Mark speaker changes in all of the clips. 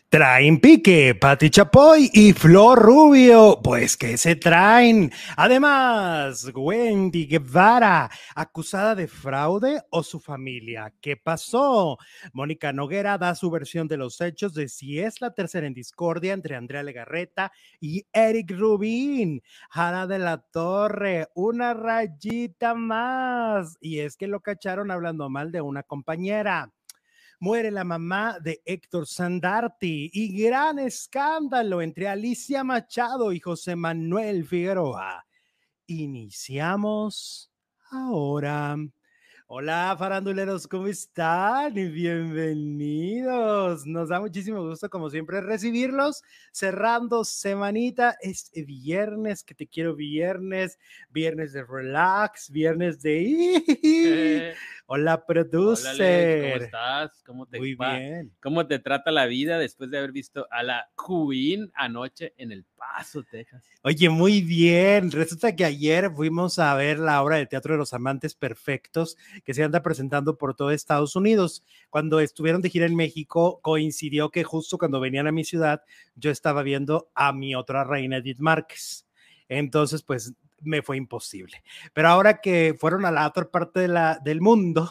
Speaker 1: Traen pique, Pati Chapoy y Flor Rubio. Pues, ¿qué se traen? Además, Wendy Guevara, acusada de fraude o su familia. ¿Qué pasó? Mónica Noguera da su versión de los hechos de si es la tercera en discordia entre Andrea Legarreta y Eric Rubín. Jara de la Torre, una rayita más. Y es que lo cacharon hablando mal de una compañera. Muere la mamá de Héctor Sandarti y gran escándalo entre Alicia Machado y José Manuel Figueroa. Iniciamos ahora. Hola, faranduleros, ¿cómo están? Y bienvenidos. Nos da muchísimo gusto, como siempre, recibirlos. Cerrando semanita, es viernes, que te quiero viernes, viernes de relax, viernes de... Hola,
Speaker 2: Hola Alex, ¿cómo
Speaker 1: producer.
Speaker 2: estás?
Speaker 1: Muy bien.
Speaker 2: ¿Cómo te trata la vida después de haber visto a la Queen anoche en El Paso, Texas?
Speaker 1: Oye, muy bien. Resulta que ayer fuimos a ver la obra de teatro de los amantes perfectos que se anda presentando por todo Estados Unidos. Cuando estuvieron de gira en México, coincidió que justo cuando venían a mi ciudad, yo estaba viendo a mi otra reina, Edith Márquez. Entonces, pues me fue imposible. Pero ahora que fueron a la otra parte del mundo,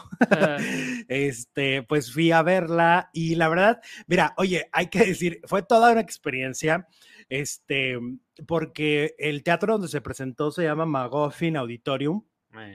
Speaker 1: pues fui a verla y la verdad, mira, oye, hay que decir, fue toda una experiencia, este, porque el teatro donde se presentó se llama Magoffin Auditorium.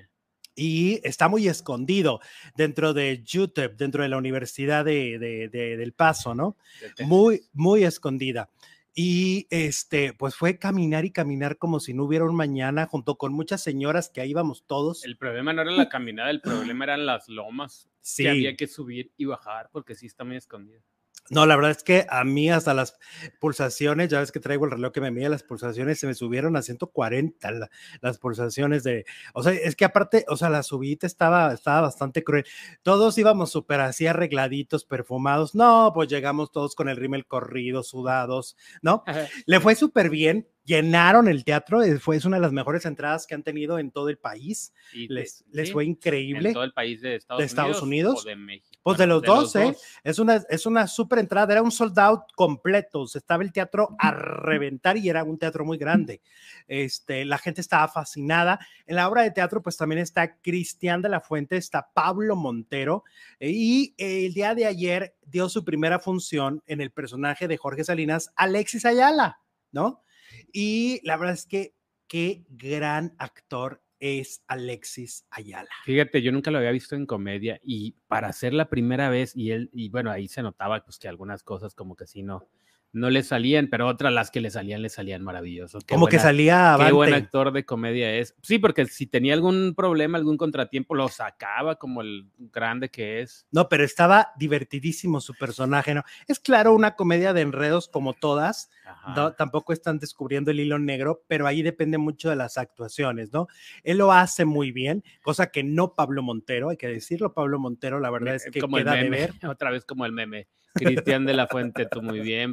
Speaker 1: Y está muy escondido dentro de UTEP, dentro de la Universidad del Paso, ¿no? Muy, muy escondida. Y pues fue caminar y caminar como si no hubiera un mañana, junto con muchas señoras que ahí íbamos todos.
Speaker 2: El problema no era la caminada, el problema eran las lomas
Speaker 1: Sí.
Speaker 2: Que había que subir y bajar, porque sí está muy escondido.
Speaker 1: No, la verdad es que a mí hasta las pulsaciones, ya ves que traigo el reloj que me mide las pulsaciones, se me subieron a 140 las pulsaciones o sea, es que aparte, o sea, la subida estaba bastante cruel. Todos íbamos súper así arregladitos, perfumados. No, pues llegamos todos con el rímel corrido, sudados, ¿no? Le fue súper bien. Llenaron el teatro, es una de las mejores entradas que han tenido en todo el país. Les
Speaker 2: ¿sí?
Speaker 1: Fue increíble.
Speaker 2: ¿En todo el país de Estados
Speaker 1: Unidos
Speaker 2: o de México?
Speaker 1: Pues bueno, de los dos, ¿eh? Es una súper entrada, era un sold out completo, estaba el teatro a reventar y era un teatro muy grande. La gente estaba fascinada. En la obra de teatro, pues también está Cristian de la Fuente, está Pablo Montero, y el día de ayer dio su primera función en el personaje de Jorge Salinas, Alexis Ayala, ¿no? Y la verdad es que qué gran actor es Alexis Ayala.
Speaker 2: Fíjate, yo nunca lo había visto en comedia y para ser la primera vez y bueno, ahí se notaba pues que algunas cosas como que sí no le salían, pero otras las que le salían maravilloso.
Speaker 1: Como que salía avante.
Speaker 2: Qué buen actor de comedia es. Sí, porque si tenía algún problema, algún contratiempo, lo sacaba como el grande que es.
Speaker 1: No, pero estaba divertidísimo su personaje, ¿no? Es claro, una comedia de enredos como todas, no, tampoco están descubriendo el hilo negro, pero ahí depende mucho de las actuaciones, ¿no? Él lo hace muy bien, cosa que no Pablo Montero, hay que decirlo, Pablo Montero, la verdad es que
Speaker 2: como
Speaker 1: queda
Speaker 2: el meme,
Speaker 1: de ver.
Speaker 2: otra vez como el meme. Cristian de la Fuente, tú muy bien,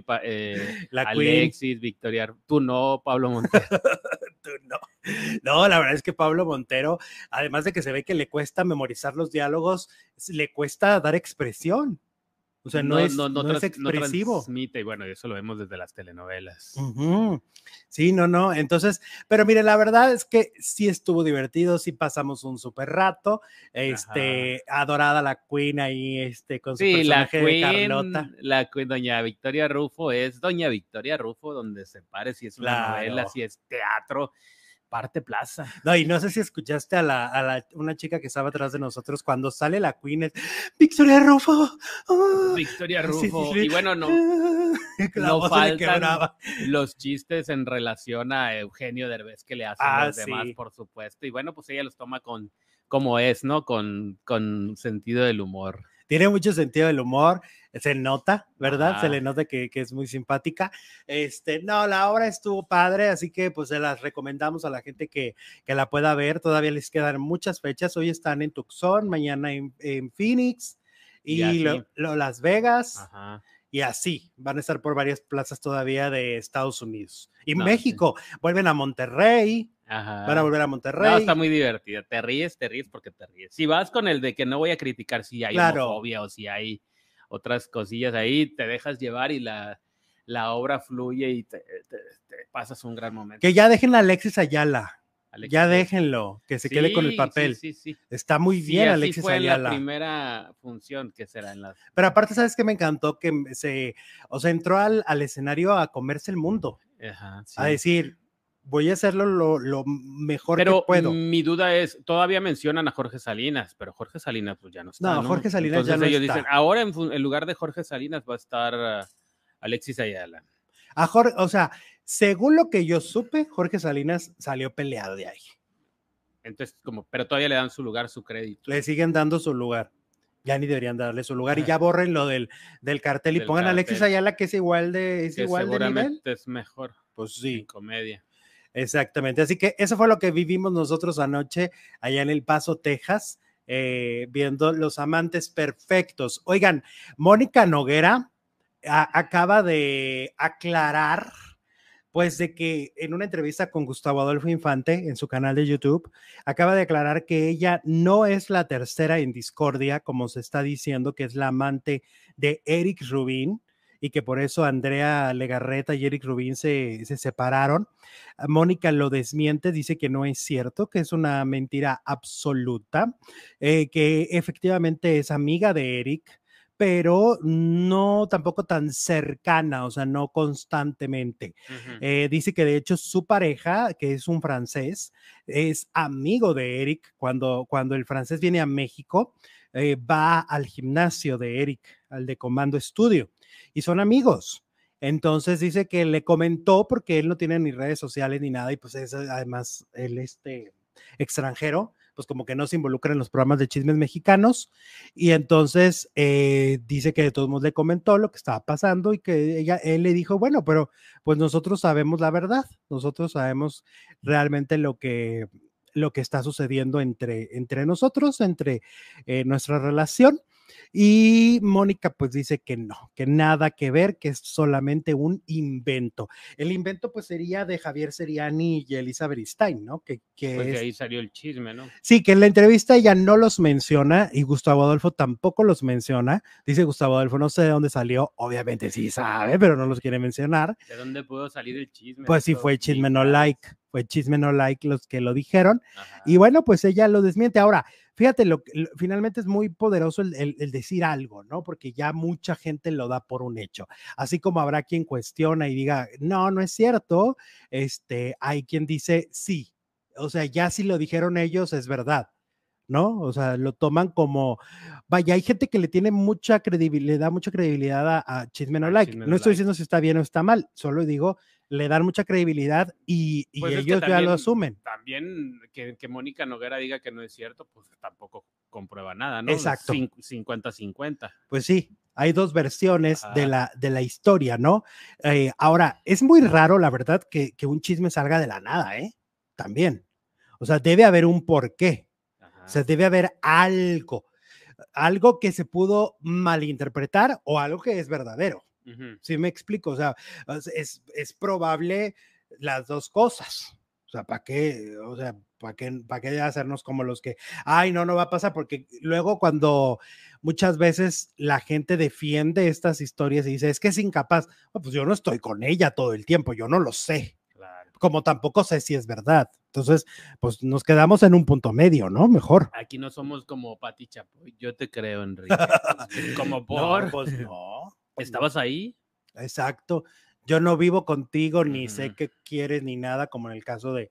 Speaker 2: Alexis, Victoria, tú no, Pablo Montero.
Speaker 1: Tú no. No, la verdad es que Pablo Montero, además de que se ve que le cuesta memorizar los diálogos, le cuesta dar expresión. O sea, no es expresivo.
Speaker 2: No transmite, y bueno, eso lo vemos desde las telenovelas.
Speaker 1: Sí, no. Entonces, pero mire, la verdad es que sí estuvo divertido, sí pasamos un súper rato. Adorada la Queen ahí, con su personaje de Carlota.
Speaker 2: La Queen, doña Victoria Rufo, es doña Victoria Rufo, donde se pare, si es una novela, si es teatro. Parte plaza.
Speaker 1: No, y no sé si escuchaste a una chica que estaba atrás de nosotros cuando sale la Queen, es Victoria Rufo.
Speaker 2: Victoria Rufo. Sí. Y bueno, no
Speaker 1: faltan
Speaker 2: los chistes en relación a Eugenio Derbez que le hacen los demás, por supuesto. Y bueno, pues ella los toma como es, ¿no? Con sentido del humor.
Speaker 1: Tiene mucho sentido del humor, se nota, ¿verdad? Se le nota que es muy simpática. No, la obra estuvo padre, así que pues se las recomendamos a la gente que la pueda ver. Todavía les quedan muchas fechas. Hoy están en Tucson, mañana en Phoenix y Las Vegas.
Speaker 2: Ajá.
Speaker 1: Y así van a estar por varias plazas todavía de Estados Unidos. Y México, vuelven a Monterrey.
Speaker 2: Ajá.
Speaker 1: Van a volver a Monterrey.
Speaker 2: No, está muy divertida. Te ríes porque te ríes. Si vas con el de que no voy a criticar si hay homofobia o si hay otras cosillas ahí, te dejas llevar y la obra fluye y te pasas un gran momento.
Speaker 1: Que ya dejen a Alexis Ayala. Ya déjenlo, que se quede con el papel.
Speaker 2: Sí.
Speaker 1: Está muy bien Alexis
Speaker 2: fue
Speaker 1: Ayala.
Speaker 2: En la primera función, que será en la...
Speaker 1: Pero aparte, ¿sabes qué me encantó? Que entró al escenario a comerse el mundo.
Speaker 2: Ajá, sí.
Speaker 1: A decir, voy a hacerlo lo mejor
Speaker 2: pero
Speaker 1: que puedo.
Speaker 2: Mi duda es, todavía mencionan a Jorge Salinas, pero Jorge Salinas pues ya no está, ¿no?
Speaker 1: Jorge Salinas entonces ya no
Speaker 2: ellos
Speaker 1: está.
Speaker 2: Dicen, ahora en lugar de Jorge Salinas va a estar Alexis Ayala.
Speaker 1: A Jorge, o sea, según lo que yo supe, Jorge Salinas salió peleado de ahí.
Speaker 2: Entonces, pero todavía le dan su lugar, su crédito.
Speaker 1: Le siguen dando su lugar. Ya ni deberían darle su lugar y ya borren lo del cartel y pongan a Alexis Ayala, que es igual de nivel.
Speaker 2: Es mejor.
Speaker 1: Pues sí.
Speaker 2: En comedia.
Speaker 1: Exactamente. Así que eso fue lo que vivimos nosotros anoche allá en El Paso, Texas, viendo Los Amantes Perfectos. Oigan, Mónica Noguera acaba de aclarar, pues, de que en una entrevista con Gustavo Adolfo Infante en su canal de YouTube, acaba de aclarar que ella no es la tercera en discordia, como se está diciendo, que es la amante de Eric Rubin, y que por eso Andrea Legarreta y Eric Rubin se separaron. Mónica lo desmiente, dice que no es cierto, que es una mentira absoluta, que efectivamente es amiga de Eric, pero no tampoco tan cercana, o sea, no constantemente. Dice que de hecho su pareja, que es un francés, es amigo de Eric. Cuando el francés viene a México, va al gimnasio de Eric, al de Comando Estudio, y son amigos. Entonces dice que le comentó, porque él no tiene ni redes sociales ni nada, y pues es además él extranjero, pues como que no se involucra en los programas de chismes mexicanos, y entonces dice que de todos modos le comentó lo que estaba pasando y que él le dijo, bueno, pero pues nosotros sabemos la verdad, nosotros sabemos realmente lo que está sucediendo entre nosotros, entre nuestra relación. Y Mónica pues dice que no, que nada que ver, que es solamente un invento. El invento pues sería de Javier Seriani y Elizabeth Stein, ¿no?
Speaker 2: Pues de ahí salió el chisme, ¿no?
Speaker 1: Sí, que en la entrevista ella no los menciona y Gustavo Adolfo tampoco los menciona. Dice Gustavo Adolfo, no sé de dónde salió, obviamente sí sabe, pero no los quiere mencionar.
Speaker 2: ¿De dónde pudo salir el chisme?
Speaker 1: Pues sí, fue Chisme No Like, los que lo dijeron. Ajá. Y bueno, pues ella lo desmiente. Ahora, fíjate, finalmente es muy poderoso el decir algo, ¿no? Porque ya mucha gente lo da por un hecho. Así como habrá quien cuestiona y diga, no es cierto, hay quien dice sí. O sea, ya si lo dijeron ellos, es verdad, ¿no? O sea, lo toman como, vaya, hay gente que le tiene mucha credibilidad, le da mucha credibilidad a Chisme No Like. No estoy diciendo si está bien o está mal, solo digo, le dan mucha credibilidad y pues ellos ya lo asumen.
Speaker 2: También que Mónica Noguera diga que no es cierto, pues tampoco comprueba nada, ¿no?
Speaker 1: Exacto.
Speaker 2: 50-50.
Speaker 1: Pues sí, hay dos versiones de la historia, ¿no? Ahora, es muy raro, la verdad, que un chisme salga de la nada, ¿eh? También. O sea, debe haber un porqué. O sea, debe haber algo que se pudo malinterpretar o algo que es verdadero. ¿Sí me explico? O sea, es probable las dos cosas. O sea, ¿para qué? O sea, ¿para qué hacernos como los que, ay, no va a pasar? Porque luego cuando muchas veces la gente defiende estas historias y dice, es que es incapaz, oh, pues yo no estoy con ella todo el tiempo, yo no lo sé. Claro. Como tampoco sé si es verdad. Entonces, pues nos quedamos en un punto medio, ¿no? Mejor.
Speaker 2: Aquí no somos como Pati Chapoy. Yo te creo, Enrique. Como por...
Speaker 1: No, pues no.
Speaker 2: ¿Estabas ahí?
Speaker 1: Exacto. Yo no vivo contigo, ni sé qué quieres, ni nada, como en el caso de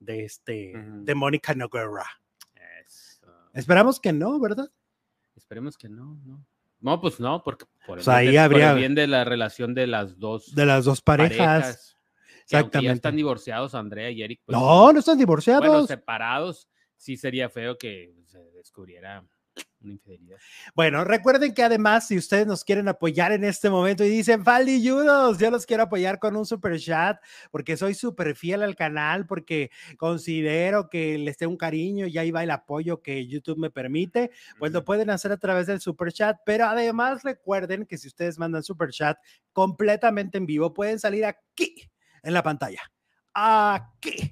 Speaker 1: Mónica Noguera. Eso. Esperamos que no, ¿verdad?
Speaker 2: Esperemos que no. No, pues no, porque por
Speaker 1: el
Speaker 2: bien de la relación de las dos
Speaker 1: parejas.
Speaker 2: Exactamente. Ya están divorciados, Andrea y Eric. Pues,
Speaker 1: no están divorciados.
Speaker 2: Bueno, separados, sí sería feo que se descubriera una infidelidad.
Speaker 1: Bueno, recuerden que además, si ustedes nos quieren apoyar en este momento y dicen, Faldilludos, yo los quiero apoyar con un super chat, porque soy súper fiel al canal, porque considero que les tengo un cariño y ahí va el apoyo que YouTube me permite, pues lo pueden hacer a través del super chat, pero además recuerden que si ustedes mandan super chat completamente en vivo, pueden salir aquí en la pantalla, aquí,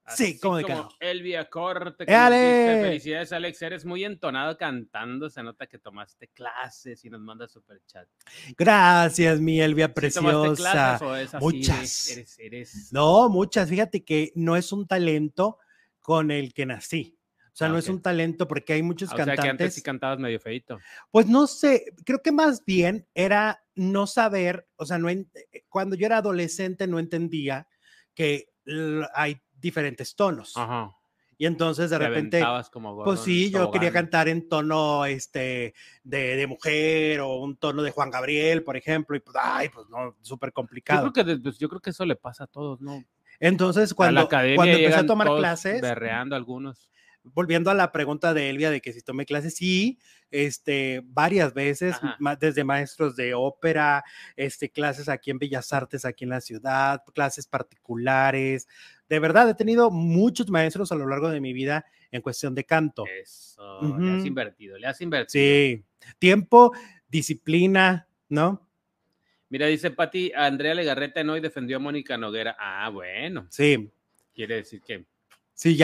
Speaker 1: Sí,
Speaker 2: Así
Speaker 1: como de que
Speaker 2: como
Speaker 1: no.
Speaker 2: Elvia Corte, que nos dice,
Speaker 1: ¡Éale!
Speaker 2: felicidades Alex, eres muy entonado cantando, se nota que tomaste clases y nos manda super chat.
Speaker 1: Gracias, mi Elvia
Speaker 2: ¿Sí tomaste clases
Speaker 1: preciosa.
Speaker 2: o es así de,
Speaker 1: Muchas.
Speaker 2: eres?
Speaker 1: No, muchas. Fíjate que no es un talento con el que nací. O sea,
Speaker 2: Ah,
Speaker 1: no
Speaker 2: ok.
Speaker 1: es un talento porque hay muchos
Speaker 2: O sea que antes sí
Speaker 1: cantantes.
Speaker 2: cantabas medio feito.
Speaker 1: Pues no sé, creo que más bien era no saber, o sea, cuando yo era adolescente no entendía que hay diferentes tonos.
Speaker 2: Ajá.
Speaker 1: Y entonces de
Speaker 2: Te
Speaker 1: repente,
Speaker 2: aventabas como
Speaker 1: pues
Speaker 2: gordo en
Speaker 1: sí, yo quería
Speaker 2: tobogán.
Speaker 1: cantar en tono de mujer o un tono de Juan Gabriel, por ejemplo, y pues, ay, pues no, súper complicado.
Speaker 2: Pues, yo creo que eso le pasa a todos, ¿no?
Speaker 1: Entonces,
Speaker 2: A la
Speaker 1: cuando
Speaker 2: academia
Speaker 1: empecé a
Speaker 2: llegan
Speaker 1: tomar
Speaker 2: todos
Speaker 1: clases,
Speaker 2: berreando algunos.
Speaker 1: volviendo a la pregunta de Elvia de que si tomé clases, sí, varias veces,
Speaker 2: Ajá.
Speaker 1: desde maestros de ópera, clases aquí en Bellas Artes, aquí en la ciudad, clases particulares. De verdad, he tenido muchos maestros a lo largo de mi vida en cuestión de canto.
Speaker 2: Eso, le has
Speaker 1: Ujú.
Speaker 2: invertido, le has invertido.
Speaker 1: Sí, tiempo, disciplina, ¿no?
Speaker 2: Mira, dice Pati, Andrea Legarreta hoy defendió a Mónica Noguera. Ah, bueno,
Speaker 1: Sí.
Speaker 2: quiere decir que
Speaker 1: Sí,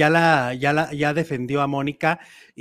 Speaker 1: ya defendió a Mónica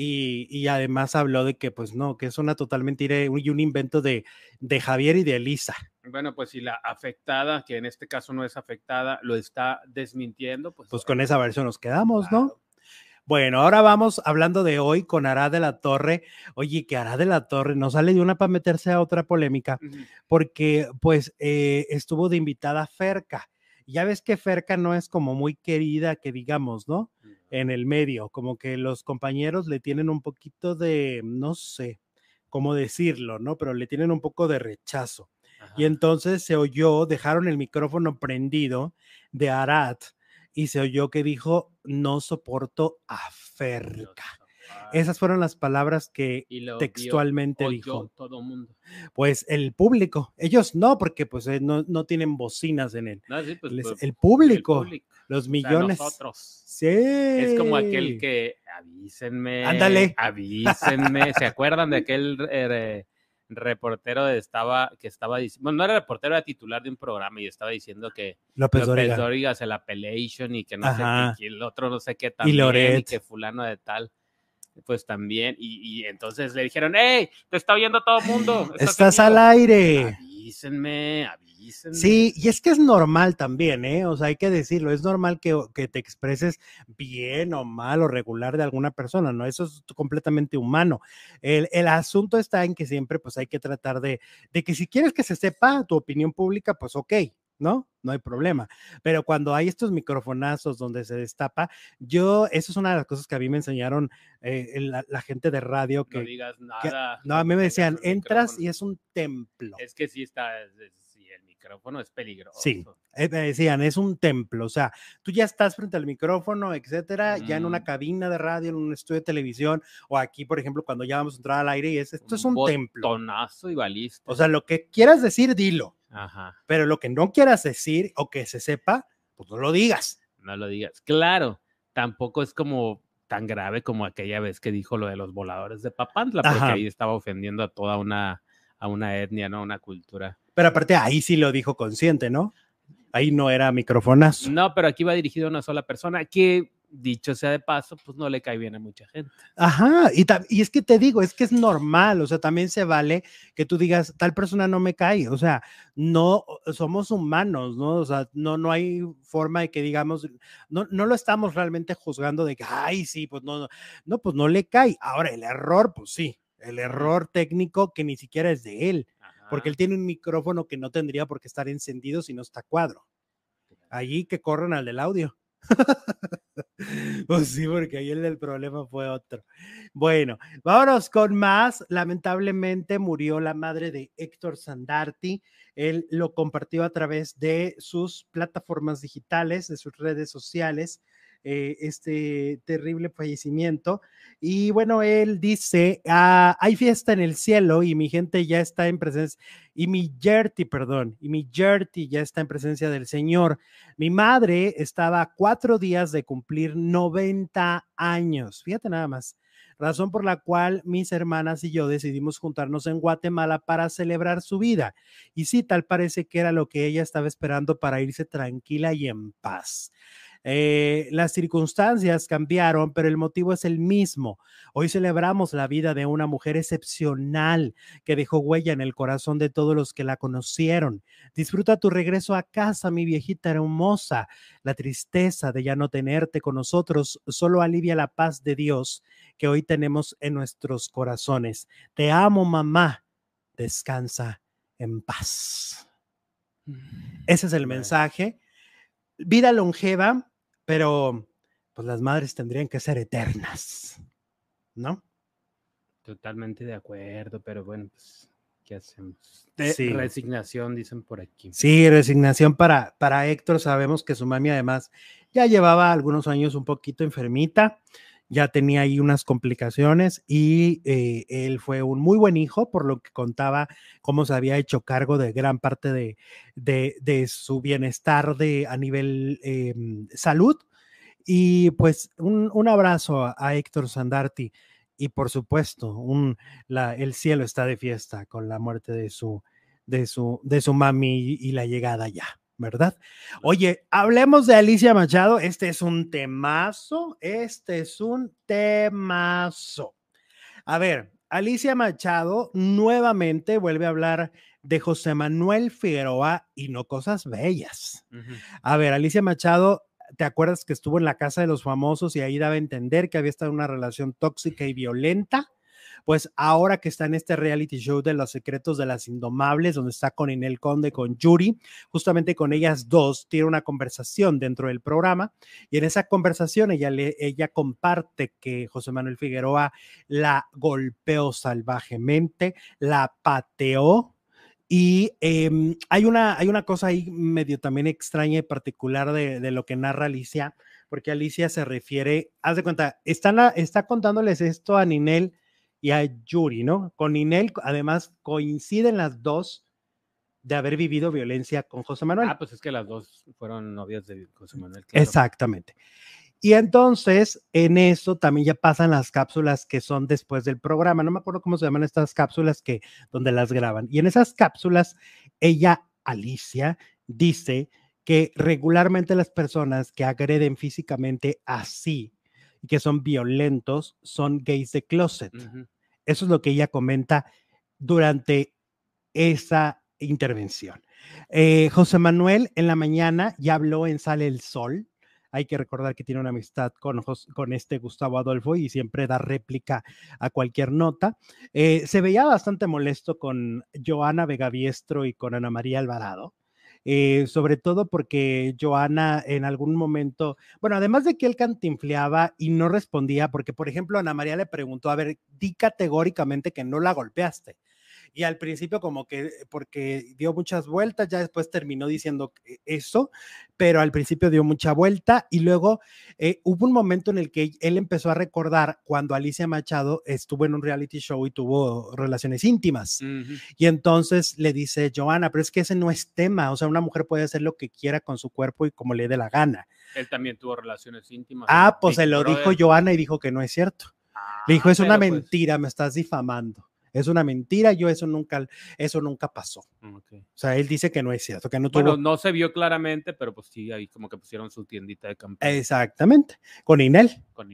Speaker 1: y además habló de que, pues no, que es una total mentira y un invento de Javier y de Elisa.
Speaker 2: bueno, pues si la afectada, que en este caso no es afectada, lo está desmintiendo, pues
Speaker 1: Pues con
Speaker 2: bueno,
Speaker 1: esa versión nos quedamos, ¿no?
Speaker 2: claro.
Speaker 1: Bueno, ahora vamos hablando de hoy con Arad de la Torre. Oye, que Arad de la Torre no sale de una para meterse a otra polémica, porque pues estuvo de invitada Ferca. Ya ves que Ferca no es como muy querida, que digamos, ¿no? En el medio, como que los compañeros le tienen un poquito de, no sé cómo decirlo, ¿no? Pero le tienen un poco de rechazo. Y
Speaker 2: Ajá.
Speaker 1: entonces se oyó, dejaron el micrófono prendido de Arad y se oyó que dijo, no soporto a Ferca. Esas fueron las palabras que
Speaker 2: Y lo vio,
Speaker 1: textualmente
Speaker 2: oyó
Speaker 1: dijo.
Speaker 2: todo mundo.
Speaker 1: Pues el público, ellos no, porque pues no tienen bocinas en él.
Speaker 2: No, sí, pues
Speaker 1: El
Speaker 2: el
Speaker 1: público,
Speaker 2: público,
Speaker 1: los
Speaker 2: o sea,
Speaker 1: millones.
Speaker 2: nosotros. Es como aquel
Speaker 1: Sí.
Speaker 2: que, avísenme,
Speaker 1: Ándale.
Speaker 2: avísenme, ¿se acuerdan de aquel reportero que estaba diciendo, bueno, no era reportero, era titular de un programa y estaba diciendo que
Speaker 1: López
Speaker 2: López
Speaker 1: Dóriga.
Speaker 2: Dóriga se la Pelation y que no sé qué,
Speaker 1: Ajá.
Speaker 2: que el otro no sé qué
Speaker 1: Y
Speaker 2: también y que
Speaker 1: Loret.
Speaker 2: fulano de tal, pues también, y entonces le dijeron, hey, te está oyendo todo el mundo, estás en
Speaker 1: Estás al
Speaker 2: vivo.
Speaker 1: aire.
Speaker 2: Avísenme.
Speaker 1: Sí, y es que es normal también, ¿eh? O sea, hay que decirlo, es normal que te expreses bien o mal o regular de alguna persona, ¿no? Eso es completamente humano. El asunto está en que siempre pues hay que tratar de que si quieres que se sepa tu opinión pública, pues ok, ¿no? No hay problema. Pero cuando hay estos microfonazos donde se destapa, eso es una de las cosas que a mí me enseñaron la gente de radio
Speaker 2: No digas
Speaker 1: que
Speaker 2: nada
Speaker 1: no, a mí
Speaker 2: cuando
Speaker 1: me
Speaker 2: tengas
Speaker 1: decían,
Speaker 2: un
Speaker 1: entras
Speaker 2: micrófono.
Speaker 1: y es un templo.
Speaker 2: Es que sí sí, el micrófono es
Speaker 1: Sí,
Speaker 2: peligroso.
Speaker 1: me decían, es un templo, o sea, tú ya estás frente al micrófono, etcétera, ya en una cabina de radio, en un estudio de televisión, o aquí, por ejemplo, cuando ya vamos a entrar al aire, esto es
Speaker 2: Un
Speaker 1: un templo.
Speaker 2: botonazo y
Speaker 1: O
Speaker 2: valiste.
Speaker 1: sea, lo que quieras decir, dilo,
Speaker 2: Ajá.
Speaker 1: pero lo que no quieras decir o que se sepa, pues no lo digas.
Speaker 2: No lo digas. Claro, tampoco es como tan grave como aquella vez que dijo lo de los voladores de Papantla, porque
Speaker 1: Ajá,
Speaker 2: ahí estaba ofendiendo a toda a una etnia, ¿no? Una cultura.
Speaker 1: pero aparte ahí sí lo dijo consciente, ¿no? Ahí no era microfonazo.
Speaker 2: No, pero aquí va dirigido a una sola persona que, dicho sea de paso, pues no le cae bien a mucha gente.
Speaker 1: Ajá, y es que te digo, es que es normal, o sea, también se vale que tú digas, tal persona no me cae, o sea, no somos humanos, ¿no? O sea, no hay forma de que digamos, no lo estamos realmente juzgando de que, ay, sí, pues no, pues no le cae. Ahora, el error, pues sí, el error técnico que ni siquiera es de él, porque
Speaker 2: Ajá.
Speaker 1: él tiene un micrófono que no tendría por qué estar encendido si no está a cuadro. Allí que corran al del audio. Pues sí, porque ahí el del problema fue otro. Bueno, vámonos con más. Lamentablemente murió la madre de Héctor Sandarti. Él lo compartió a través de sus plataformas digitales, de sus redes sociales, este terrible fallecimiento. Y bueno, él dice, hay fiesta en el cielo y mi gente ya está en presencia, y mi Jerty ya está en presencia del Señor. Mi madre estaba a 4 días de cumplir 90 años, fíjate nada más, razón por la cual mis hermanas y yo decidimos juntarnos en Guatemala para celebrar su vida. Y sí, tal parece que era lo que ella estaba esperando para irse tranquila y en paz. Las circunstancias cambiaron, pero el motivo es el mismo. Hoy celebramos la vida de una mujer excepcional que dejó huella en el corazón de todos los que la conocieron. Disfruta tu regreso a casa, mi viejita hermosa. La tristeza de ya no tenerte con nosotros solo alivia la paz de Dios que hoy tenemos en nuestros corazones. Te amo, mamá. Descansa en paz. Ese es el mensaje. Vida longeva, pero pues las madres tendrían que ser eternas, ¿no?
Speaker 2: Totalmente de acuerdo, pero bueno, pues, ¿qué hacemos?
Speaker 1: Sí.
Speaker 2: Resignación, dicen por aquí.
Speaker 1: Sí, resignación para Héctor. Sabemos que su mami además ya llevaba algunos años un poquito enfermita, ya tenía ahí unas complicaciones y él fue un muy buen hijo, por lo que contaba cómo se había hecho cargo de gran parte de su bienestar a nivel salud. Y pues un abrazo a Héctor Sandarti y por supuesto el cielo está de fiesta con la muerte de su mami y la llegada ya, ¿verdad? Oye, hablemos de Alicia Machado. Este es un temazo. A ver, Alicia Machado nuevamente vuelve a hablar de José Manuel Figueroa y no cosas bellas. A ver, Alicia Machado, ¿te acuerdas que estuvo en la Casa de los Famosos y ahí daba a entender que había estado en una relación tóxica y violenta? Pues ahora que está en este reality show de Los Secretos de las Indomables, donde está con Ninel Conde, con Yuri, justamente con ellas dos, tiene una conversación dentro del programa y en esa conversación ella comparte que José Manuel Figueroa la golpeó salvajemente, la pateó. Y hay una cosa ahí medio también extraña y particular de lo que narra Alicia, porque Alicia se refiere, haz de cuenta, está contándoles esto a Ninel y a Yuri, ¿no? Con Ninel, además, coinciden las dos de haber vivido violencia con José Manuel.
Speaker 2: Pues es que las dos fueron novias de José Manuel. Claro.
Speaker 1: Exactamente. Y entonces, en eso también ya pasan las cápsulas que son después del programa. No me acuerdo cómo se llaman estas cápsulas donde las graban. Y en esas cápsulas, Alicia, dice que regularmente las personas que agreden físicamente así y que son violentos son gays de closet. Eso es lo que ella comenta durante esa intervención. José Manuel en la mañana ya habló en Sale el Sol. Hay que recordar que tiene una amistad con este Gustavo Adolfo y siempre da réplica a cualquier nota. Se veía bastante molesto con Joana Vegaviestro y con Ana María Alvarado. Sobre todo porque Joana en algún momento, bueno, además de que él cantinfleaba y no respondía, porque por ejemplo Ana María le preguntó, a ver, di categóricamente que no la golpeaste. Y al principio como que porque dio muchas vueltas, ya después terminó diciendo eso, pero al principio dio mucha vuelta y luego hubo un momento en el que él empezó a recordar cuando Alicia Machado estuvo en un reality show y tuvo relaciones íntimas. Y entonces le dice Joana, pero es que ese no es tema, o sea, una mujer puede hacer lo que quiera con su cuerpo y como le dé la gana.
Speaker 2: Él también tuvo relaciones íntimas.
Speaker 1: Pues se lo dijo Joana y dijo que no es cierto. Le dijo, es una mentira, me estás difamando. Es una mentira, eso nunca pasó.
Speaker 2: Okay.
Speaker 1: O sea, él dice que no es cierto, que no
Speaker 2: tuvo... Bueno, no se vio claramente, pero pues sí, ahí como que pusieron su tiendita de campaña.
Speaker 1: Exactamente, con Ninel.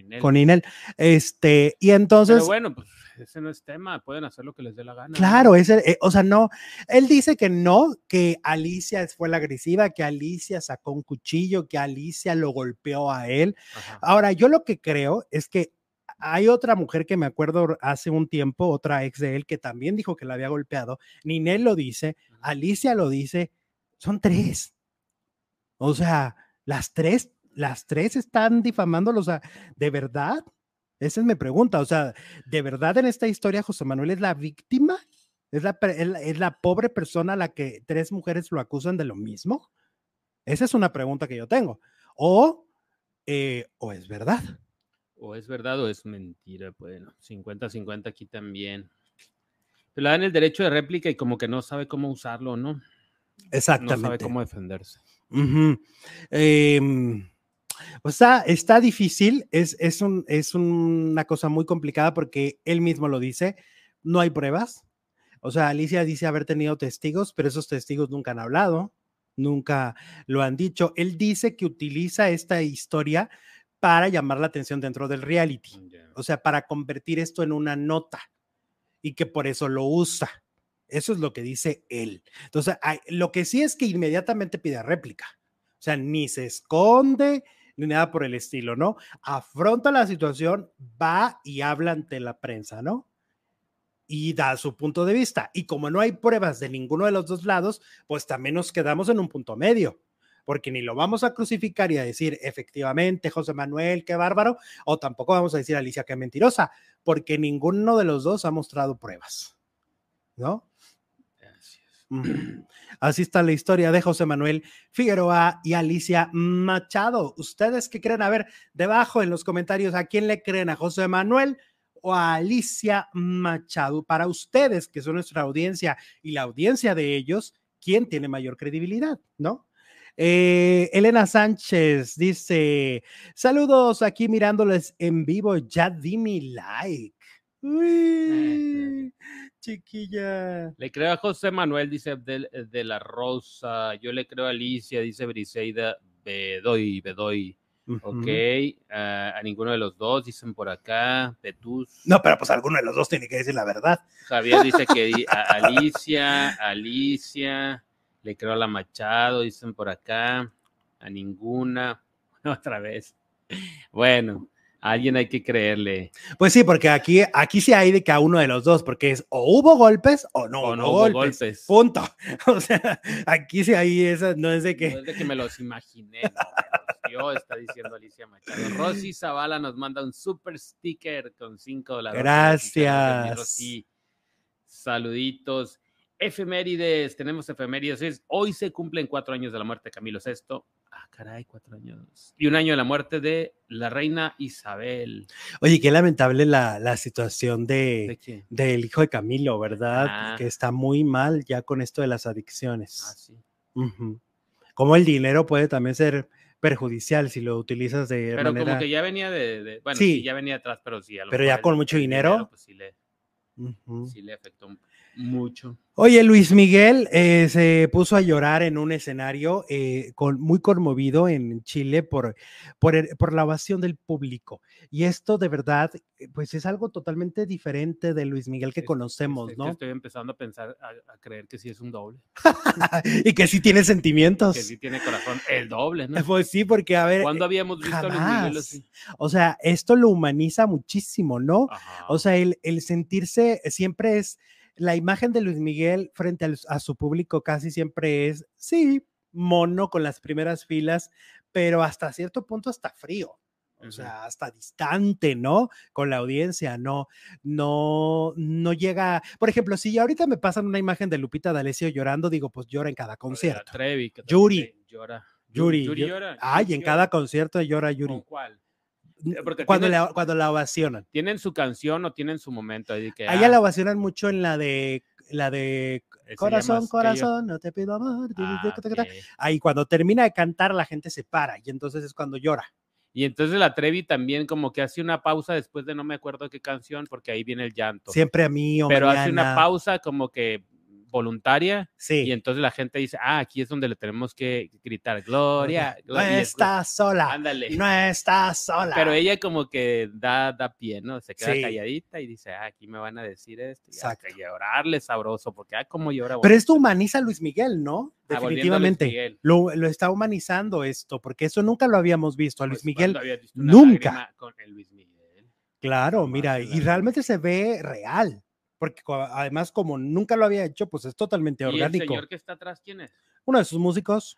Speaker 1: Y entonces...
Speaker 2: Pero bueno, pues ese no es tema, pueden hacer lo que les dé la gana.
Speaker 1: Claro, o sea, no, él dice que no, que Alicia fue la agresiva, que Alicia sacó un cuchillo, que Alicia lo golpeó a él. Ajá. Ahora, yo lo que creo es que hay otra mujer que me acuerdo hace un tiempo, otra ex de él, que también dijo que la había golpeado. Ninel lo dice, Alicia lo dice, son tres. O sea, las tres están difamándolo, o sea, ¿de verdad? Esa es mi pregunta, o sea, ¿de verdad en esta historia José Manuel es la víctima? ¿Es la pobre persona a la que tres mujeres lo acusan de lo mismo? Esa es una pregunta que yo tengo. ¿O es verdad?
Speaker 2: O es verdad o es mentira, bueno, 50-50 aquí también. Pero le dan el derecho de réplica y como que no sabe cómo usarlo, ¿no?
Speaker 1: Exactamente.
Speaker 2: No sabe cómo defenderse.
Speaker 1: O sea, está difícil, es una cosa muy complicada porque él mismo lo dice, no hay pruebas. O sea, Alicia dice haber tenido testigos, pero esos testigos nunca han hablado. nunca lo han dicho. Él dice que utiliza esta historia para llamar la atención dentro del reality,
Speaker 2: Ya.
Speaker 1: o sea, para convertir esto en una nota y que por eso lo usa. Eso es lo que dice él. Entonces, lo que sí es que inmediatamente pide réplica. O sea, ni se esconde ni nada por el estilo, ¿no? Afronta la situación, va y habla ante la prensa, ¿no? Y da su punto de vista. Y como no hay pruebas de ninguno de los dos lados, pues también nos quedamos en un punto medio, porque ni lo vamos a crucificar y a decir, efectivamente, José Manuel, qué bárbaro, o tampoco vamos a decir, Alicia, qué mentirosa, porque ninguno de los dos ha mostrado pruebas, ¿no?
Speaker 2: Así es.
Speaker 1: Así está la historia de José Manuel Figueroa y Alicia Machado. ¿Ustedes qué creen? A ver, debajo en los comentarios, ¿a quién le creen? ¿A José Manuel o a Alicia Machado? Para ustedes, que son nuestra audiencia y la audiencia de ellos, ¿quién tiene mayor credibilidad? ¿No? Elena Sánchez dice, saludos aquí mirándoles en vivo, ya di mi like. Uy, chiquilla.
Speaker 2: Le creo a José Manuel, dice de la Rosa. Yo le creo a Alicia, dice Briseida Bedoy. Ok, a ninguno de los dos, dicen por acá. Petus.
Speaker 1: No, pero pues alguno de los dos tiene que decir la verdad.
Speaker 2: Javier dice que a Alicia. Le creo a la Machado, dicen por acá. A ninguna. Otra vez. Bueno, a alguien hay que creerle.
Speaker 1: Pues sí, porque aquí sí hay de cada uno de los dos, porque es o hubo golpes o no, hubo golpes. Punto. O sea, aquí sí hay esa, no es de que.
Speaker 2: No es de que me los imaginé, no, me los dio, está diciendo Alicia Machado. Rosy Zavala nos manda un super sticker con $5.
Speaker 1: Gracias.
Speaker 2: Rosy. Saluditos. Efemérides, tenemos efemérides. Hoy se cumplen 4 años de la muerte de Camilo VI. Ah, caray, 4 años. Y 1 año de la muerte de la reina Isabel.
Speaker 1: Oye, qué lamentable la situación del hijo de Camilo, ¿verdad? Que está muy mal ya con esto de las adicciones.
Speaker 2: Ah, sí.
Speaker 1: Como el dinero puede también ser perjudicial si lo utilizas de
Speaker 2: pero
Speaker 1: manera...
Speaker 2: como que ya venía bueno, sí, ya venía atrás, pero sí.
Speaker 1: Pero ya con mucho dinero
Speaker 2: pues sí le afectó mucho.
Speaker 1: Oye, Luis Miguel se puso a llorar en un escenario muy conmovido en Chile por la ovación del público. Y esto de verdad, pues es algo totalmente diferente de Luis Miguel que conocemos, ¿no?
Speaker 2: Estoy empezando a pensar, a creer que sí es un doble.
Speaker 1: Y que sí tiene sentimientos.
Speaker 2: Que sí tiene corazón, el doble, ¿no?
Speaker 1: Pues sí, porque a ver.
Speaker 2: ¿Cuándo habíamos visto
Speaker 1: jamás.
Speaker 2: a Luis Miguel así?
Speaker 1: O sea, esto lo humaniza muchísimo, ¿no?
Speaker 2: Ajá.
Speaker 1: O sea, el sentirse siempre es. La imagen de Luis Miguel frente a su público casi siempre es, sí, mono con las primeras filas, pero hasta cierto punto hasta frío. O sea, hasta distante, ¿no? Con la audiencia, no llega. Por ejemplo, si ahorita me pasan una imagen de Lupita D'Alessio llorando, digo, pues llora en cada concierto.
Speaker 2: Trevi,
Speaker 1: Yuri
Speaker 2: llora.
Speaker 1: Yuri llora. Ay, en cada concierto llora Yuri.
Speaker 2: ¿Con cuál?
Speaker 1: Porque cuando la ovacionan.
Speaker 2: ¿Tienen su canción o tienen su momento? Ahí que,
Speaker 1: a ella la ovacionan mucho en la de Corazón, corazón, no te pido amor. Okay. Ahí cuando termina de cantar la gente se para y entonces es cuando llora.
Speaker 2: Y entonces la Trevi también como que hace una pausa después de no me acuerdo qué canción, porque ahí viene el llanto.
Speaker 1: Siempre a mí o
Speaker 2: pero
Speaker 1: mañana.
Speaker 2: Hace una pausa como que voluntaria,
Speaker 1: sí.
Speaker 2: Y entonces la gente dice, aquí es donde le tenemos que gritar, Gloria.
Speaker 1: No estás sola.
Speaker 2: Ándale.
Speaker 1: No estás sola.
Speaker 2: Pero ella como que da pie, ¿no? Se queda calladita y dice, aquí me van a decir esto. Y hasta llorarle sabroso, porque como llora.
Speaker 1: Pero esto humaniza a Luis Miguel, ¿no? Definitivamente.
Speaker 2: Miguel.
Speaker 1: Lo está humanizando esto, porque eso nunca lo habíamos visto. A Luis Miguel
Speaker 2: visto
Speaker 1: nunca.
Speaker 2: Con el Luis Miguel.
Speaker 1: Claro, mira, y realmente se ve real. Porque además, como nunca lo había hecho, pues es totalmente orgánico.
Speaker 2: ¿Y el señor que está atrás quién es?
Speaker 1: Uno de sus músicos.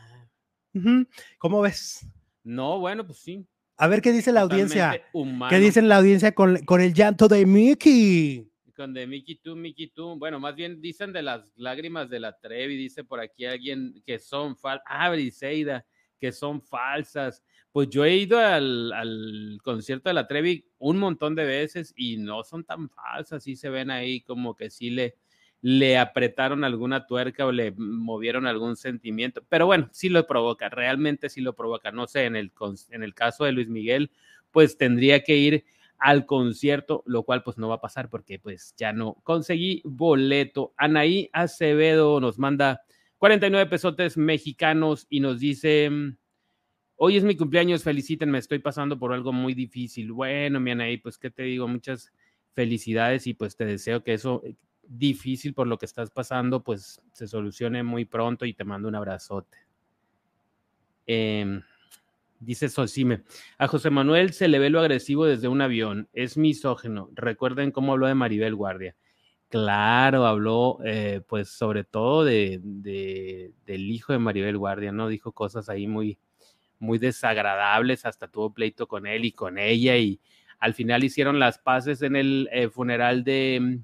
Speaker 1: ¿Cómo ves?
Speaker 2: No, bueno, pues sí.
Speaker 1: A ver qué dice la audiencia.
Speaker 2: Humano.
Speaker 1: ¿Qué dice la audiencia con el llanto de Mickey?
Speaker 2: Con de Mickey tú. Bueno, más bien dicen de las lágrimas de la Trevi, dice por aquí alguien que son falsas. Briseida, que son falsas. Pues yo he ido al concierto de la Trevi un montón de veces y no son tan falsas, sí se ven ahí como que sí le apretaron alguna tuerca o le movieron algún sentimiento, pero bueno, sí lo provoca, realmente sí lo provoca. No sé, en el caso de Luis Miguel, pues tendría que ir al concierto, lo cual pues no va a pasar porque pues ya no conseguí boleto. Anaí Acevedo nos manda 49 pesotes mexicanos y nos dice: hoy es mi cumpleaños, felicítenme, estoy pasando por algo muy difícil. Bueno, mi Anaí, pues qué te digo, muchas felicidades y pues te deseo que eso difícil por lo que estás pasando, pues se solucione muy pronto y te mando un abrazote. Dice Sosime, a José Manuel se le ve lo agresivo desde un avión, es misógino. Recuerden cómo habló de Maribel Guardia. Claro, habló pues sobre todo del hijo de Maribel Guardia, ¿no? Dijo cosas ahí muy, muy desagradables, hasta tuvo pleito con él y con ella, y al final hicieron las paces en el funeral de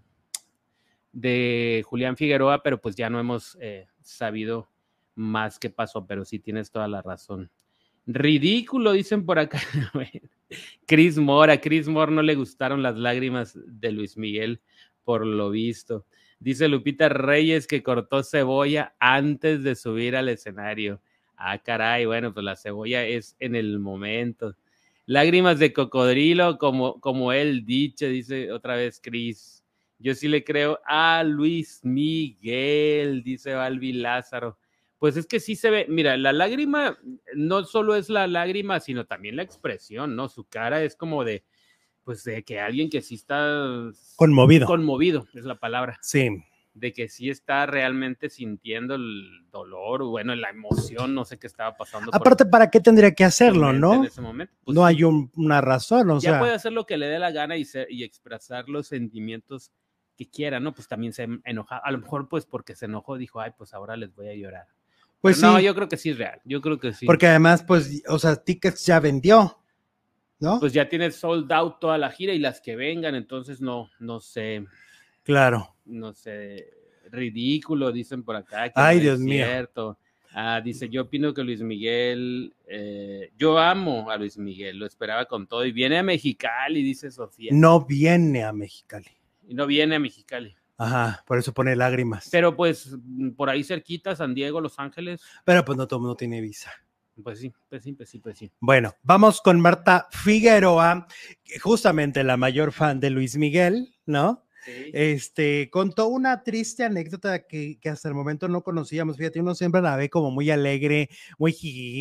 Speaker 2: Julián Figueroa, pero pues ya no hemos sabido más qué pasó, pero sí tienes toda la razón. Ridículo, dicen por acá. Chris Moore, a Chris Moore no le gustaron las lágrimas de Luis Miguel, por lo visto. Dice Lupita Reyes que cortó cebolla antes de subir al escenario. Ah, caray, bueno, pues la cebolla es en el momento. Lágrimas de cocodrilo, como él dicho, dice otra vez Chris. Yo sí le creo a Luis Miguel, dice Balbi Lázaro. Pues es que sí se ve, mira, la lágrima no solo es la lágrima, sino también la expresión, ¿no? Su cara es como de, pues de que alguien que sí está conmovido, es la palabra.
Speaker 1: Sí.
Speaker 2: De que sí está realmente sintiendo el dolor, bueno, la emoción, no sé qué estaba pasando.
Speaker 1: Aparte, ¿para qué tendría que hacerlo, no?
Speaker 2: En ese momento. Pues
Speaker 1: no
Speaker 2: sí,
Speaker 1: hay una razón, o sea.
Speaker 2: Ya puede hacer lo que le dé la gana y expresar los sentimientos que quiera, ¿no? Pues también se enoja, a lo mejor pues porque se enojó, dijo, ay, pues ahora les voy a llorar.
Speaker 1: Pues
Speaker 2: pero no,
Speaker 1: sí.
Speaker 2: yo creo que sí es real, yo creo que sí.
Speaker 1: Porque además, pues, o sea, tickets ya vendió, ¿no?
Speaker 2: Pues ya tiene sold out toda la gira y las que vengan, entonces no sé.
Speaker 1: Claro.
Speaker 2: No sé, ridículo, dicen por acá. Que
Speaker 1: ay,
Speaker 2: no
Speaker 1: Dios
Speaker 2: es
Speaker 1: mío.
Speaker 2: Cierto. Dice, yo opino que Luis Miguel, yo amo a Luis Miguel, lo esperaba con todo y viene a Mexicali, dice Sofía.
Speaker 1: No viene a Mexicali.
Speaker 2: Y no viene a Mexicali.
Speaker 1: Ajá, por eso pone lágrimas.
Speaker 2: Pero pues por ahí cerquita, San Diego, Los Ángeles.
Speaker 1: Pero pues no todo el mundo tiene visa.
Speaker 2: Pues sí.
Speaker 1: Bueno, vamos con Marta Figueroa, justamente la mayor fan de Luis Miguel, ¿no?
Speaker 2: Sí.
Speaker 1: Contó una triste anécdota que hasta el momento no conocíamos. Fíjate, uno siempre la ve como muy alegre, muy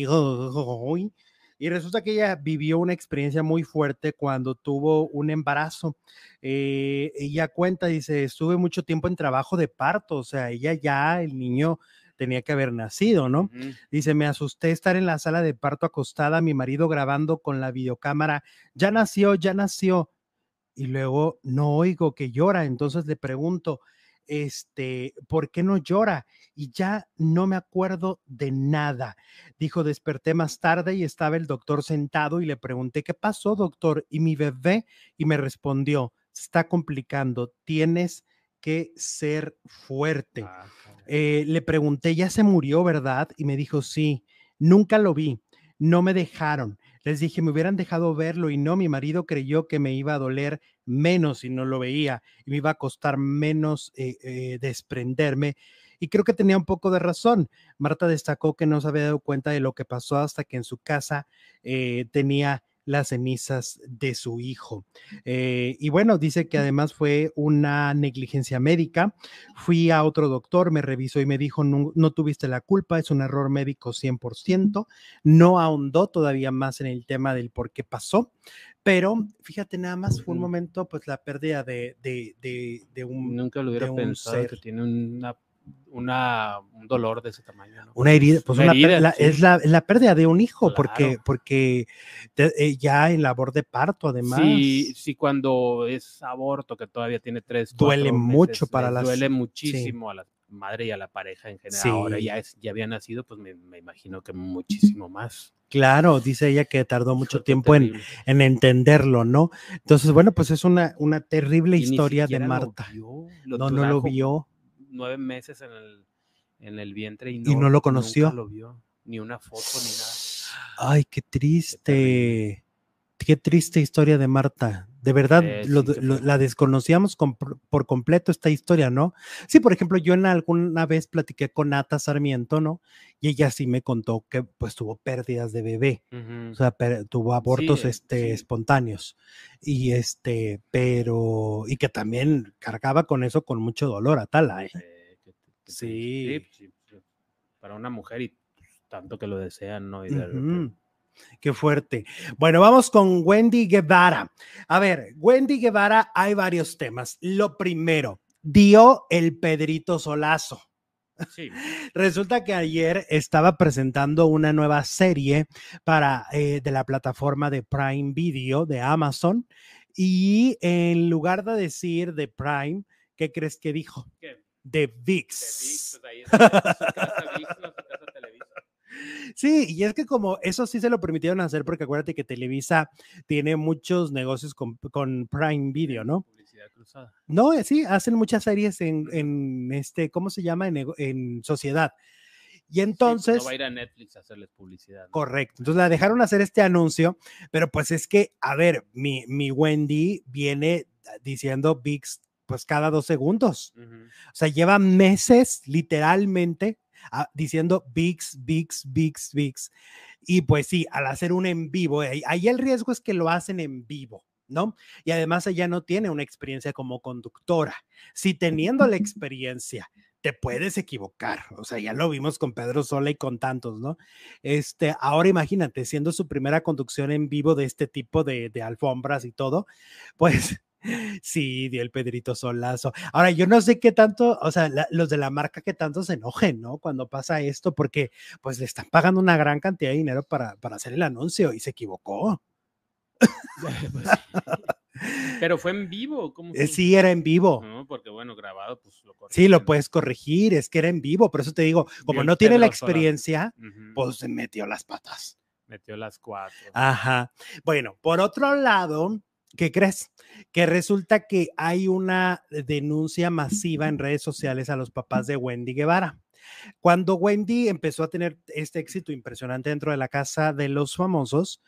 Speaker 1: y resulta que ella vivió una experiencia muy fuerte cuando tuvo un embarazo. Ella cuenta, dice, estuve mucho tiempo en trabajo de parto, o sea, ella ya, el niño tenía que haber nacido, ¿no? Uh-huh. Dice, me asusté estar en la sala de parto acostada, mi marido grabando con la videocámara, ya nació, y luego no oigo que llora, entonces le pregunto, ¿por qué no llora? Y ya no me acuerdo de nada. Dijo, desperté más tarde y estaba el doctor sentado y le pregunté, ¿qué pasó, doctor? Y mi bebé, y me respondió, se está complicando, tienes que ser fuerte. Le pregunté, ya se murió, ¿verdad? Y me dijo, sí, nunca lo vi, no me dejaron. Les dije, me hubieran dejado verlo y no, mi marido creyó que me iba a doler menos si no lo veía y me iba a costar menos desprenderme. Y creo que tenía un poco de razón. Marta destacó que no se había dado cuenta de lo que pasó hasta que en su casa tenía las cenizas de su hijo. Y bueno, dice que además fue una negligencia médica. Fui a otro doctor, me revisó y me dijo, no, no tuviste la culpa, es un error médico 100%. No ahondó todavía más en el tema del por qué pasó, pero fíjate, nada más fue un momento, pues la pérdida de un
Speaker 2: Nunca lo hubiera pensado ser. Que tiene un dolor de ese tamaño, ¿no?
Speaker 1: Una herida, pues una herida, sí. es la pérdida de un hijo, claro. porque ya en labor de parto, además.
Speaker 2: Sí, cuando es aborto, que todavía tiene 3, 4
Speaker 1: duele
Speaker 2: meses,
Speaker 1: mucho para las.
Speaker 2: Duele muchísimo a la madre y a la pareja en general. Sí. Ahora ya había nacido, pues me imagino que muchísimo más.
Speaker 1: Claro, dice ella que tardó mucho tiempo en entenderlo, ¿no? Entonces, bueno, pues es una terrible historia de Marta. No lo vio.
Speaker 2: 9 meses en el vientre y
Speaker 1: no lo conoció.
Speaker 2: Nunca lo vio, ni una foto ni nada.
Speaker 1: Ay, qué triste. Qué triste historia de Marta. De verdad, la desconocíamos por completo esta historia, ¿no? Sí, por ejemplo, yo alguna vez platiqué con Nata Sarmiento, ¿no? Y ella sí me contó que pues tuvo pérdidas de bebé, o sea, tuvo abortos espontáneos y pero y que también cargaba con eso con mucho dolor, Atala, ¿eh?
Speaker 2: Sí. para una mujer y pues, tanto que lo desean, ¿no? Y
Speaker 1: Qué fuerte. Bueno, vamos con Wendy Guevara. A ver, Wendy Guevara, hay varios temas. Lo primero, dio el Pedrito Solazo.
Speaker 2: Sí.
Speaker 1: Resulta que ayer estaba presentando una nueva serie para de la plataforma de Prime Video de Amazon y en lugar de decir de Prime, ¿qué crees que dijo?
Speaker 2: ¿Qué?
Speaker 1: De ViX.
Speaker 2: De ViX, pues ahí es su casa ViX, no su casa Televisa.
Speaker 1: Sí, y es que como eso sí se lo permitieron hacer porque acuérdate que Televisa tiene muchos negocios con Prime Video, ¿no?
Speaker 2: Publicidad cruzada.
Speaker 1: No, sí, hacen muchas series en ¿cómo se llama? En sociedad. Y entonces...
Speaker 2: Sí, pues no va a ir a Netflix a hacerles publicidad, ¿no?
Speaker 1: Correcto. Entonces la dejaron hacer este anuncio, pero pues es que, a ver, mi Wendy viene diciendo ViX pues cada 2 segundos. O sea, lleva meses literalmente diciendo ViX, ViX, ViX, ViX. Y pues sí, al hacer un en vivo, ahí el riesgo es que lo hacen en vivo, ¿no? Y además ella no tiene una experiencia como conductora. Si teniendo la experiencia te puedes equivocar, o sea, ya lo vimos con Pedro Sola y con tantos, ¿no? Ahora imagínate, siendo su primera conducción en vivo de este tipo de alfombras y todo, pues sí, dio el Pedrito Solazo. Ahora, yo no sé qué tanto, o sea, los de la marca que tanto se enojen, ¿no? Cuando pasa esto, porque pues le están pagando una gran cantidad de dinero para hacer el anuncio y se equivocó.
Speaker 2: Pues, pero fue en vivo, ¿cómo fue?
Speaker 1: Sí, era en vivo.
Speaker 2: No, porque bueno, grabado, pues lo corrigen.
Speaker 1: Sí, lo puedes corregir, es que era en vivo, por eso te digo, como no tiene la experiencia, pues se metió las patas.
Speaker 2: Metió las 4.
Speaker 1: Ajá. Bueno, por otro lado, ¿qué crees? Que resulta que hay una denuncia masiva en redes sociales a los papás de Wendy Guevara. Cuando Wendy empezó a tener este éxito impresionante dentro de la casa de los famosos,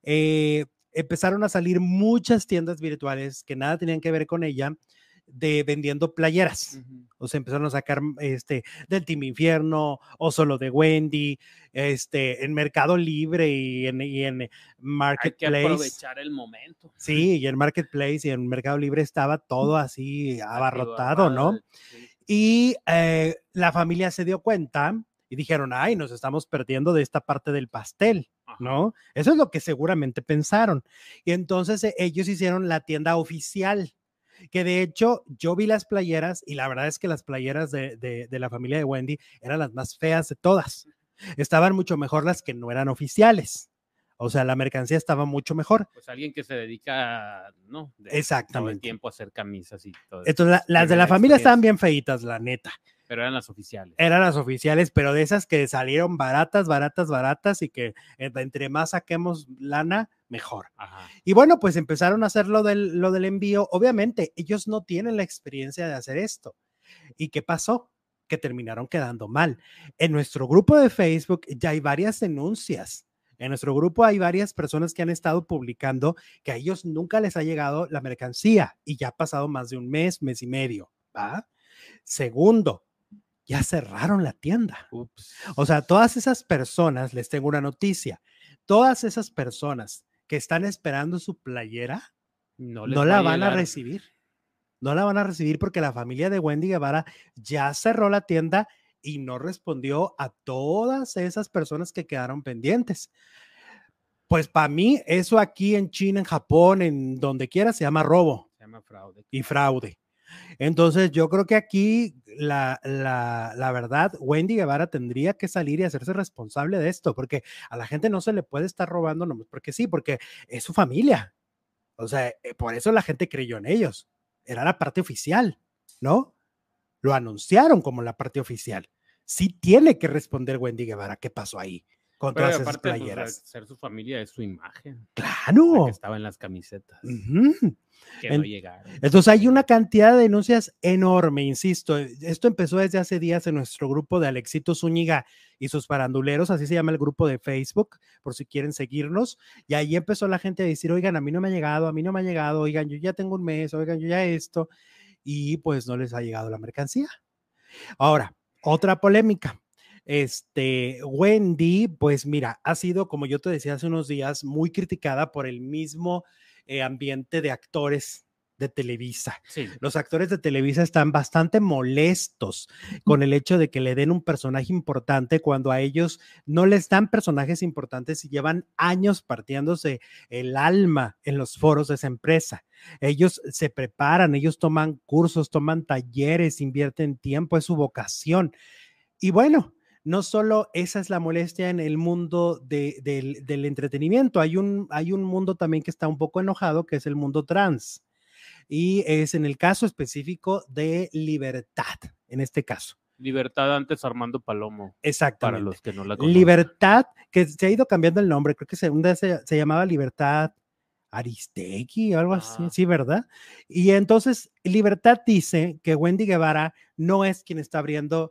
Speaker 1: empezaron a salir muchas tiendas virtuales que nada tenían que ver con ella, de vendiendo playeras. O sea, empezaron a sacar del Team Infierno o solo de Wendy, en Mercado Libre y en Marketplace.
Speaker 2: Hay que aprovechar el momento.
Speaker 1: Sí, y en Marketplace y en Mercado Libre estaba todo así abarrotado, ¿no? Sí. Y la familia se dio cuenta y dijeron, ay, nos estamos perdiendo de esta parte del pastel, ¿no? Eso es lo que seguramente pensaron. Y entonces ellos hicieron la tienda oficial, que de hecho yo vi las playeras y la verdad es que las playeras de la familia de Wendy eran las más feas de todas. Estaban mucho mejor las que no eran oficiales. O sea, la mercancía estaba mucho mejor.
Speaker 2: Pues alguien que se dedica, ¿no?
Speaker 1: Exactamente.
Speaker 2: Todo el tiempo a hacer camisas y todo.
Speaker 1: Entonces, las de la familia estaban bien feitas, la neta.
Speaker 2: Pero eran las oficiales.
Speaker 1: Eran las oficiales, pero de esas que salieron baratas, baratas, baratas y que entre más saquemos lana, mejor. Ajá. Y bueno, pues empezaron a hacer lo del envío. Obviamente, ellos no tienen la experiencia de hacer esto. ¿Y qué pasó? Que terminaron quedando mal. En nuestro grupo de Facebook ya hay varias denuncias. En nuestro grupo hay varias personas que han estado publicando que a ellos nunca les ha llegado la mercancía y ya ha pasado más de un mes, mes y medio, ¿va? Segundo, ya cerraron la tienda. Ups. O sea, todas esas personas, les tengo una noticia, todas esas personas que están esperando su playera, no la van a recibir. No la van a recibir porque la familia de Wendy Guevara ya cerró la tienda y no respondió a todas esas personas que quedaron pendientes. Pues para mí, eso aquí en China, en Japón, en donde quiera, se llama robo.
Speaker 2: Se llama fraude.
Speaker 1: Y fraude. Entonces, yo creo que aquí, la verdad, Wendy Guevara tendría que salir y hacerse responsable de esto, porque a la gente no se le puede estar robando nomás, porque sí, porque es su familia. O sea, por eso la gente creyó en ellos. Era la parte oficial, ¿no? Lo anunciaron como la parte oficial. Sí tiene que responder Wendy Guevara qué pasó ahí con
Speaker 2: pero
Speaker 1: todas
Speaker 2: aparte,
Speaker 1: esas playeras.
Speaker 2: Pues, ser su familia es su imagen.
Speaker 1: Claro.
Speaker 2: La que estaba en las camisetas. Que no llegaron.
Speaker 1: Entonces hay una cantidad de denuncias enorme, insisto. Esto empezó desde hace días en nuestro grupo de Alexito Zúñiga y sus faranduleros, así se llama el grupo de Facebook, por si quieren seguirnos. Y ahí empezó la gente a decir, oigan, a mí no me ha llegado, oigan, yo ya tengo un mes, oigan, yo ya esto. Y pues no les ha llegado la mercancía. Ahora, otra polémica. Wendy, pues mira, ha sido, como yo te decía hace unos días, muy criticada por el mismo ambiente de actores de Televisa.
Speaker 2: Sí.
Speaker 1: Los actores de Televisa están bastante molestos con el hecho de que le den un personaje importante cuando a ellos no les dan personajes importantes y llevan años partiéndose el alma en los foros de esa empresa. Ellos se preparan, ellos toman cursos, toman talleres, invierten tiempo, es su vocación. Y bueno, no solo esa es la molestia en el mundo del entretenimiento, hay un mundo también que está un poco enojado, que es el mundo trans. Y es en el caso específico de Libertad, en este caso.
Speaker 2: Libertad antes Armando Palomo.
Speaker 1: Exactamente.
Speaker 2: Para los que no la conocen.
Speaker 1: Libertad, que se ha ido cambiando el nombre, creo que se llamaba Libertad Aristegui o algo así, sí, ¿verdad? Y entonces Libertad dice que Wendy Guevara no es quien está abriendo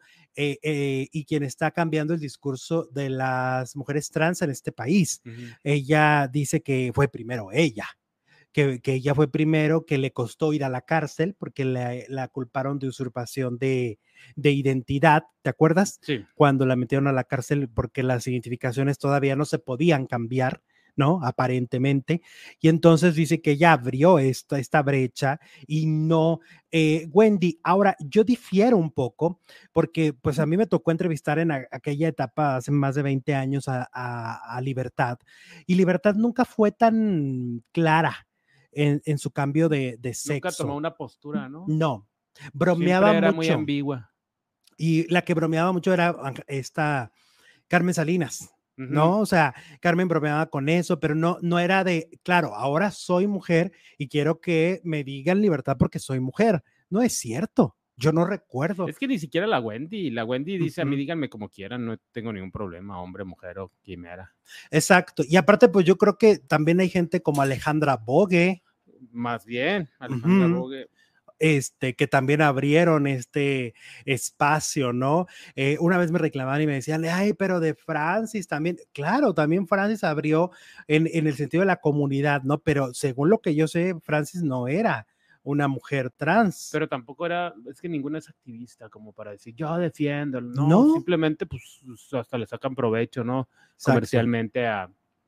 Speaker 1: y quien está cambiando el discurso de las mujeres trans en este país. Ella dice que fue primero ella. Que ella fue primero, que le costó ir a la cárcel porque la culparon de usurpación de identidad, ¿te acuerdas?
Speaker 2: Sí.
Speaker 1: Cuando la metieron a la cárcel porque las identificaciones todavía no se podían cambiar, ¿no? Aparentemente. Y entonces dice que ella abrió esta brecha y no, Wendy, ahora yo difiero un poco porque pues a mí me tocó entrevistar en aquella etapa hace más de 20 años a Libertad y Libertad nunca fue tan clara en su cambio de sexo.
Speaker 2: Nunca tomó una postura, ¿no?
Speaker 1: No, bromeaba
Speaker 2: siempre era
Speaker 1: mucho.
Speaker 2: Muy ambigua.
Speaker 1: Y la que bromeaba mucho era esta Carmen Salinas, ¿no? O sea, Carmen bromeaba con eso, pero no era de, claro, ahora soy mujer y quiero que me digan Libertad porque soy mujer. No es cierto. Yo no recuerdo.
Speaker 2: Es que ni siquiera la Wendy dice a mí díganme como quieran, no tengo ningún problema, hombre, mujer o quimera.
Speaker 1: Exacto. Y aparte, pues yo creo que también hay gente como Alejandra Bogue.
Speaker 2: Más bien, Alejandra Bogue.
Speaker 1: Que también abrieron este espacio, ¿no? Una vez me reclamaban y me decían, ay, pero de Francis también, claro, también Francis abrió en el sentido de la comunidad, ¿no? Pero según lo que yo sé, Francis no era una mujer trans.
Speaker 2: Pero tampoco es que ninguna es activista como para decir, yo defiendo, no. Simplemente pues hasta le sacan provecho, ¿no? Exacto. Comercialmente a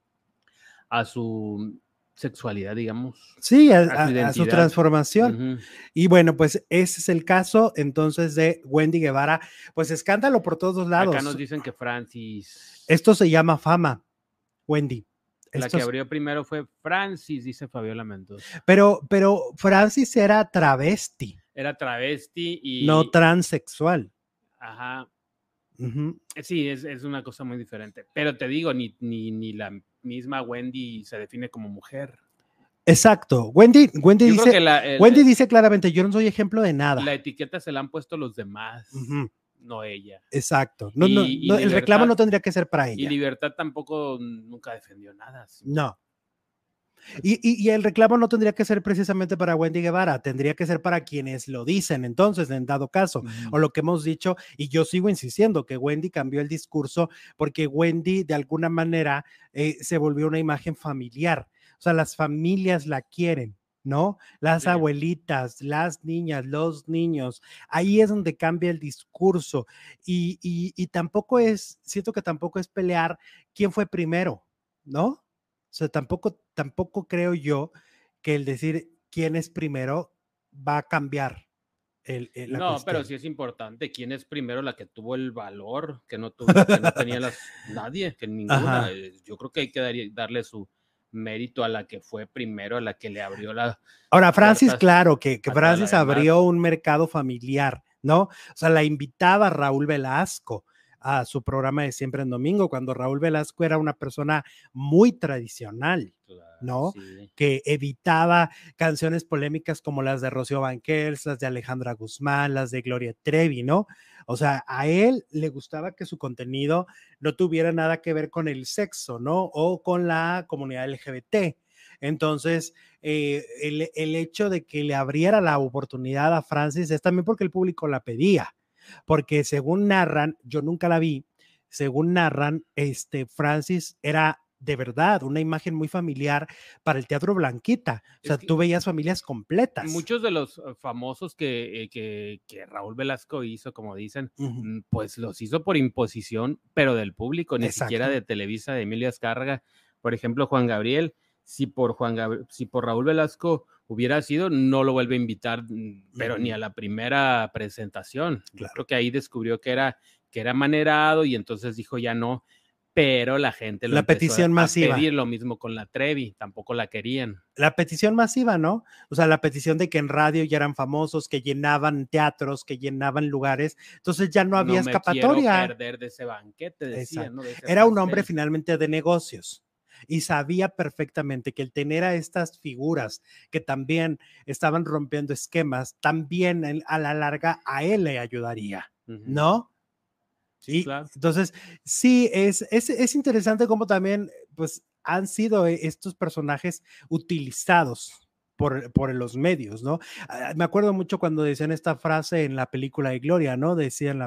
Speaker 2: su sexualidad, digamos.
Speaker 1: Sí, a su transformación. Y bueno, pues ese es el caso entonces de Wendy Guevara, pues escándalo por todos lados.
Speaker 2: Acá nos dicen que Francis.
Speaker 1: Esto se llama fama, Wendy.
Speaker 2: La que abrió primero fue Francis, dice Fabiola Mendoza.
Speaker 1: Pero Francis era travesti.
Speaker 2: Era travesti y...
Speaker 1: No transexual.
Speaker 2: Ajá. Sí, es una cosa muy diferente. Pero te digo, ni la misma Wendy se define como mujer.
Speaker 1: Exacto. Wendy dice claramente, yo no soy ejemplo de nada.
Speaker 2: La etiqueta se la han puesto los demás, no ella.
Speaker 1: Exacto. No, Libertad, el reclamo no tendría que ser para ella.
Speaker 2: Y Libertad tampoco nunca defendió nada. ¿Sí?
Speaker 1: No. Y el reclamo no tendría que ser precisamente para Wendy Guevara, tendría que ser para quienes lo dicen, entonces, en dado caso, o lo que hemos dicho, y yo sigo insistiendo que Wendy cambió el discurso porque Wendy de alguna manera se volvió una imagen familiar, o sea, las familias la quieren, ¿no? Las abuelitas, las niñas, los niños, ahí es donde cambia el discurso y tampoco siento que tampoco es pelear quién fue primero, ¿no? O sea, tampoco creo yo que el decir quién es primero va a cambiar la
Speaker 2: no,
Speaker 1: cuestión.
Speaker 2: pero sí es importante quién es primero, la que tuvo el valor que no tenía nadie, que ninguna. Ajá. Yo creo que hay que darle su mérito a la que fue primero, a la que le abrió la...
Speaker 1: Ahora, Francis, claro, que Francis abrió un mercado familiar, ¿no? O sea, la invitaba Raúl Velasco a su programa de Siempre en Domingo, cuando Raúl Velasco era una persona muy tradicional, ¿no? Sí. Que evitaba canciones polémicas como las de Rocío Banquels, las de Alejandra Guzmán, las de Gloria Trevi, ¿no? O sea, a él le gustaba que su contenido no tuviera nada que ver con el sexo, ¿no? O con la comunidad LGBT. Entonces, el hecho de que le abriera la oportunidad a Francis es también porque el público la pedía. Porque según narran, yo nunca la vi, según narran, Francis era de verdad una imagen muy familiar para el Teatro Blanquita. O sea, tú veías familias completas.
Speaker 2: Muchos de los famosos que Raúl Velasco hizo, como dicen, pues los hizo por imposición, pero del público, ni siquiera de Televisa, de Emilio Azcárraga. Por ejemplo, Juan Gabriel, si por Raúl Velasco hubiera sido, no lo vuelve a invitar, pero
Speaker 1: Ujú.
Speaker 2: ni a la primera presentación.
Speaker 1: Claro.
Speaker 2: Creo que ahí descubrió que era manerado y entonces dijo ya no, pero la gente lo
Speaker 1: La
Speaker 2: empezó
Speaker 1: petición
Speaker 2: a
Speaker 1: masiva.
Speaker 2: pedir, lo mismo con la Trevi, tampoco la querían.
Speaker 1: La petición masiva, ¿no? O sea, la petición de que en radio ya eran famosos, que llenaban teatros, que llenaban lugares, entonces ya no había
Speaker 2: No me quiero
Speaker 1: escapatoria.
Speaker 2: perder de ese banquete, decía,
Speaker 1: Exacto.
Speaker 2: ¿no? De ese
Speaker 1: Era un hombre
Speaker 2: pastel.
Speaker 1: finalmente de negocios y sabía perfectamente que el tener a estas figuras que también estaban rompiendo esquemas, también a la larga a él le ayudaría, ¿no?
Speaker 2: Sí,
Speaker 1: Y
Speaker 2: claro.
Speaker 1: entonces, sí, es interesante cómo también, pues, han sido estos personajes utilizados por los medios, ¿no? Me acuerdo mucho cuando decían esta frase en la película de Gloria, ¿no? Decían,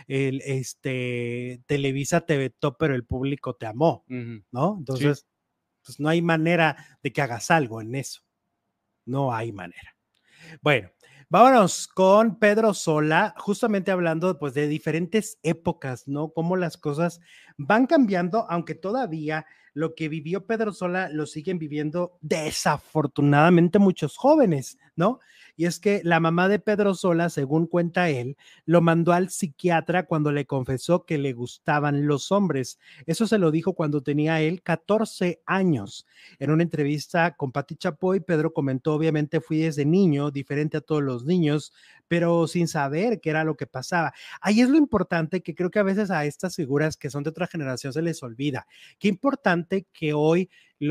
Speaker 1: Televisa te vetó, pero el público te amó, ¿no?
Speaker 2: Sí.
Speaker 1: Entonces, pues no hay manera de que hagas algo en eso, no hay manera. Bueno, vámonos con Pedro Sola, justamente hablando pues de diferentes épocas, ¿no? Cómo las cosas van cambiando, aunque todavía lo que vivió Pedro Sola lo siguen viviendo desafortunadamente muchos jóvenes, ¿no? Y es que la mamá de Pedro Sola, según cuenta él, lo mandó al psiquiatra cuando le confesó que le gustaban los hombres. Eso se lo dijo cuando tenía él 14 años. En una entrevista con Pati Chapoy, Pedro comentó, obviamente fui desde niño, diferente a todos los niños, pero sin saber qué era lo que pasaba. Ahí es lo importante que creo que a veces a estas figuras que son de otra generación se les olvida. Qué importante que hoy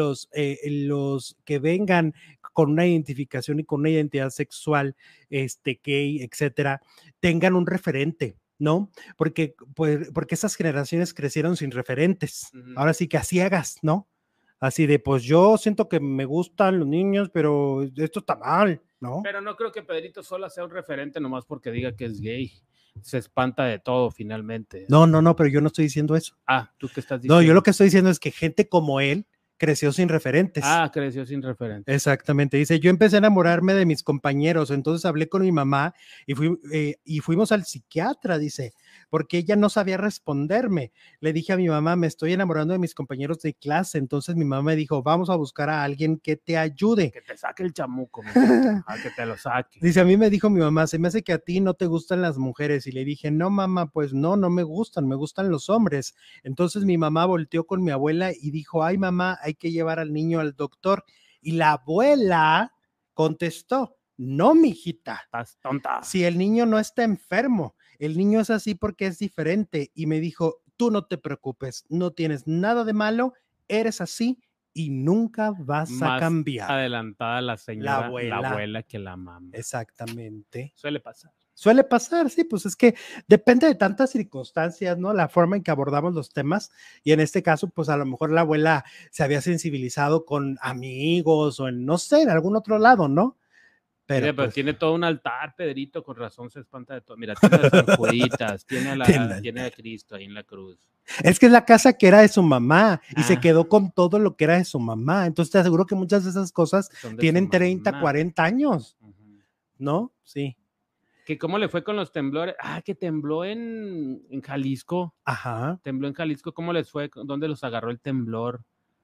Speaker 1: los que vengan con una identificación y con una identidad sexual, gay, etcétera, tengan un referente, ¿no? Porque esas generaciones crecieron sin referentes. Ahora sí que a ciegas, ¿no? Así de, pues yo siento que me gustan los niños, pero esto está mal, ¿no?
Speaker 2: Pero no creo que Pedrito Sola sea un referente nomás porque diga que es gay. Se espanta de todo finalmente.
Speaker 1: No, pero yo no estoy diciendo eso.
Speaker 2: Ah, ¿tú qué estás
Speaker 1: No,
Speaker 2: diciendo?
Speaker 1: yo lo que estoy diciendo es que gente como él creció sin referentes.
Speaker 2: Ah, creció sin referentes.
Speaker 1: Exactamente, dice, yo empecé a enamorarme de mis compañeros, entonces hablé con mi mamá y fuimos al psiquiatra, dice, porque ella no sabía responderme. Le dije a mi mamá, me estoy enamorando de mis compañeros de clase, entonces mi mamá me dijo, vamos a buscar a alguien que te ayude.
Speaker 2: Que te saque el chamuco, a que te lo saque.
Speaker 1: Dice, a mí me dijo mi mamá, se me hace que a ti no te gustan las mujeres. Y le dije, no, mamá, pues no me gustan los hombres. Entonces mi mamá volteó con mi abuela y dijo, ay, mamá, hay que llevar al niño al doctor. Y la abuela contestó, no, mijita.
Speaker 2: Estás tonta.
Speaker 1: Si el niño no está enfermo, el niño es así porque es diferente. Y me dijo, tú no te preocupes, no tienes nada de malo, eres así y nunca vas
Speaker 2: Más
Speaker 1: a cambiar.
Speaker 2: adelantada la señora,
Speaker 1: La
Speaker 2: abuela que la mamá.
Speaker 1: Exactamente.
Speaker 2: Suele pasar.
Speaker 1: Suele pasar, sí, pues es que depende de tantas circunstancias, ¿no? La forma en que abordamos los temas y en este caso, pues a lo mejor la abuela se había sensibilizado con amigos o en, no sé, en algún otro lado, ¿no?
Speaker 2: Pero
Speaker 1: Pero pues
Speaker 2: tiene todo un altar, Pedrito, con razón se espanta de todo. Mira, tiene a San Juditas, tiene a Cristo ahí en la cruz.
Speaker 1: Es que es la casa que era de su mamá y se quedó con todo lo que era de su mamá. Entonces te aseguro que muchas de esas cosas tienen 30, 40 años, ¿no? Sí.
Speaker 2: ¿Que cómo le fue con los temblores? Ah, que tembló en Jalisco.
Speaker 1: Ajá.
Speaker 2: Tembló en Jalisco. ¿Cómo les fue? ¿Dónde los agarró el temblor?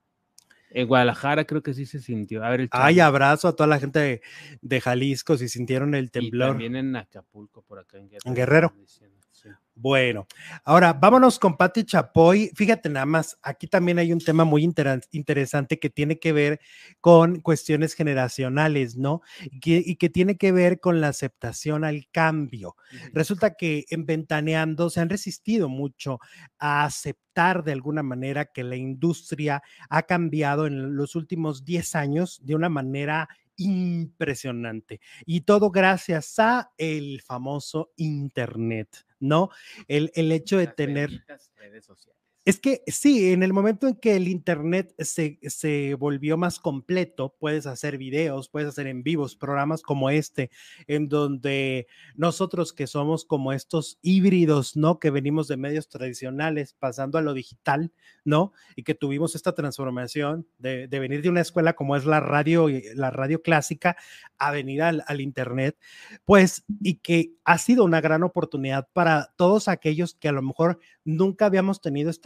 Speaker 2: En Guadalajara creo que sí se sintió. A ver,
Speaker 1: Ay, abrazo a toda la gente de Jalisco si sintieron el temblor.
Speaker 2: Y también en Acapulco, por acá en Guerrero.
Speaker 1: En Guerrero. Sí. Bueno, ahora vámonos con Pati Chapoy. Fíjate nada más, aquí también hay un tema muy interesante que tiene que ver con cuestiones generacionales, ¿no? Y que tiene que ver con la aceptación al cambio. Resulta que en Ventaneando se han resistido mucho a aceptar de alguna manera que la industria ha cambiado en los últimos 10 años de una manera impresionante y todo gracias a el famoso internet, ¿no? El hecho de tener
Speaker 2: redes sociales.
Speaker 1: Es que sí, en el momento en que el internet se volvió más completo, puedes hacer videos, puedes hacer en vivos, programas como este, en donde nosotros que somos como estos híbridos, ¿no? Que venimos de medios tradicionales pasando a lo digital, ¿no? Y que tuvimos esta transformación de venir de una escuela como es la radio clásica a venir al internet, pues, y que ha sido una gran oportunidad para todos aquellos que a lo mejor nunca habíamos tenido esta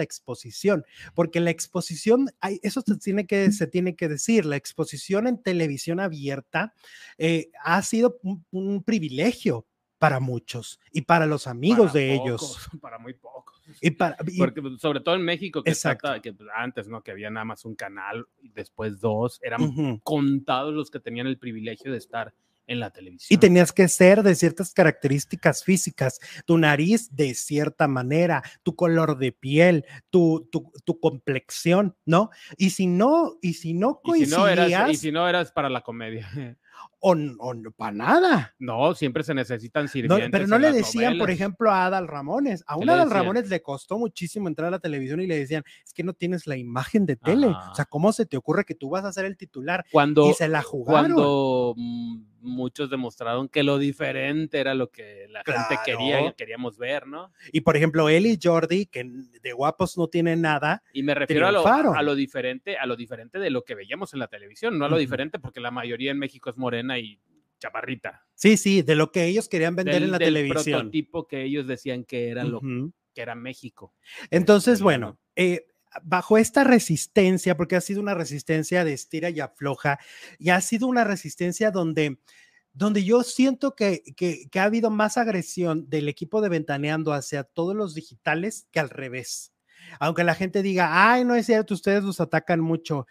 Speaker 1: exposición, porque la exposición, eso se tiene que decir, la exposición en televisión abierta ha sido un privilegio para muchos y para los amigos
Speaker 2: para
Speaker 1: de
Speaker 2: pocos,
Speaker 1: ellos.
Speaker 2: para muy pocos.
Speaker 1: Porque
Speaker 2: sobre todo en México, que
Speaker 1: exacto.
Speaker 2: que antes, ¿no? Que había nada más un canal y después dos, eran
Speaker 1: Uh-huh.
Speaker 2: contados los que tenían el privilegio de estar en la televisión.
Speaker 1: Y tenías que ser de ciertas características físicas, tu nariz de cierta manera, tu color de piel, tu complexión, ¿no? Y si no coincidías.
Speaker 2: Y si no eras para la comedia.
Speaker 1: O no, para nada.
Speaker 2: No, siempre se necesitan
Speaker 1: No,
Speaker 2: sirvientes
Speaker 1: pero no
Speaker 2: en
Speaker 1: le
Speaker 2: las
Speaker 1: decían, por
Speaker 2: novelas.
Speaker 1: ejemplo, a Adal Ramones. A
Speaker 2: ¿Qué
Speaker 1: un
Speaker 2: le
Speaker 1: Adal
Speaker 2: decían?
Speaker 1: Ramones le costó muchísimo entrar a la televisión y le decían, es que no tienes la imagen de tele.
Speaker 2: Ajá.
Speaker 1: O sea, ¿cómo se te ocurre que tú vas a ser el titular?
Speaker 2: Cuando,
Speaker 1: y se la jugaron.
Speaker 2: Cuando muchos demostraron que lo diferente era lo que la gente quería y queríamos ver, ¿no?
Speaker 1: Y por ejemplo, él y Jordi, que de guapos no tienen nada.
Speaker 2: Y me refiero a lo diferente de lo que veíamos en la televisión, no a lo diferente porque la mayoría en México es morena y chaparrita.
Speaker 1: Sí, de lo que ellos querían vender en la televisión.
Speaker 2: Del prototipo que ellos decían que era lo que era México.
Speaker 1: Entonces, bueno, bajo esta resistencia, porque ha sido una resistencia de estira y afloja, y ha sido una resistencia donde yo siento que ha habido más agresión del equipo de Ventaneando hacia todos los digitales que al revés. Aunque la gente diga, ay, no es cierto, ustedes los atacan mucho,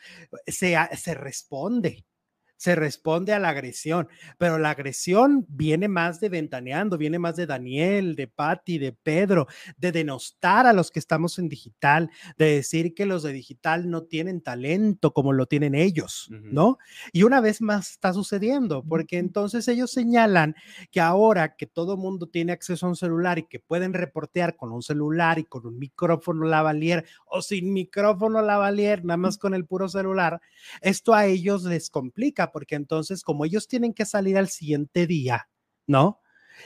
Speaker 1: se responde. Se responde a la agresión, pero la agresión viene más de Ventaneando, viene más de Daniel, de Patti, de Pedro, de denostar a los que estamos en digital, de decir que los de digital no tienen talento como lo tienen ellos, ¿no? Y una vez más está sucediendo, porque entonces ellos señalan que ahora que todo mundo tiene acceso a un celular y que pueden reportear con un celular y con un micrófono lavalier o sin micrófono lavalier, nada más con el puro celular, esto a ellos les complica, porque entonces como ellos tienen que salir al siguiente día, ¿no?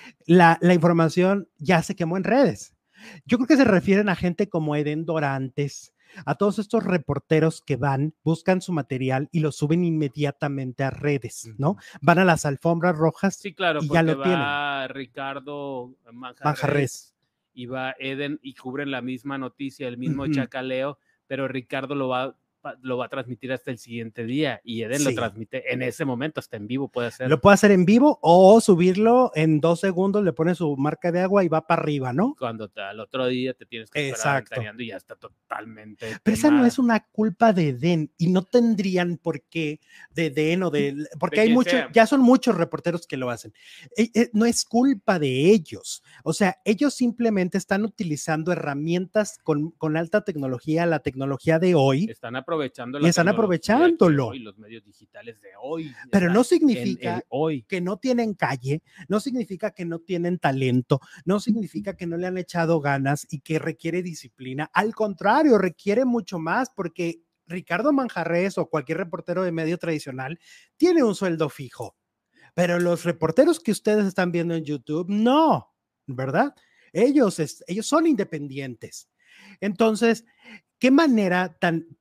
Speaker 1: La información ya se quemó en redes. Yo creo que se refieren a gente como Eden Dorantes, a todos estos reporteros que buscan su material y lo suben inmediatamente a redes, ¿no? Van a las alfombras rojas,
Speaker 2: sí, claro,
Speaker 1: y ya lo tienen.
Speaker 2: Va Ricardo Manjarres y va Eden y cubren la misma noticia, el mismo chacaleo, pero Ricardo lo va a transmitir hasta el siguiente día y Eden lo transmite en ese momento, hasta en vivo puede hacer.
Speaker 1: Lo puede hacer en vivo o subirlo en 2 segundos, le pone su marca de agua y va para arriba, ¿no?
Speaker 2: Cuando al otro día te tienes que esperar Ventaneando y ya está totalmente
Speaker 1: pero esa no es una culpa de Eden y no tendrían por qué de Eden o porque hay muchos, ya son muchos reporteros que lo hacen. No es culpa de ellos, o sea, ellos simplemente están utilizando herramientas con alta tecnología, la tecnología de hoy.
Speaker 2: Están aprovechando
Speaker 1: y están aprovechándolo.
Speaker 2: Hoy, los medios digitales de hoy.
Speaker 1: Pero no significa que no tienen calle, no significa que no tienen talento, no significa que no le han echado ganas y que requiere disciplina. Al contrario, requiere mucho más porque Ricardo Manjarres o cualquier reportero de medio tradicional tiene un sueldo fijo. Pero los reporteros que ustedes están viendo en YouTube, no, ¿verdad? Ellos son independientes. Entonces, qué manera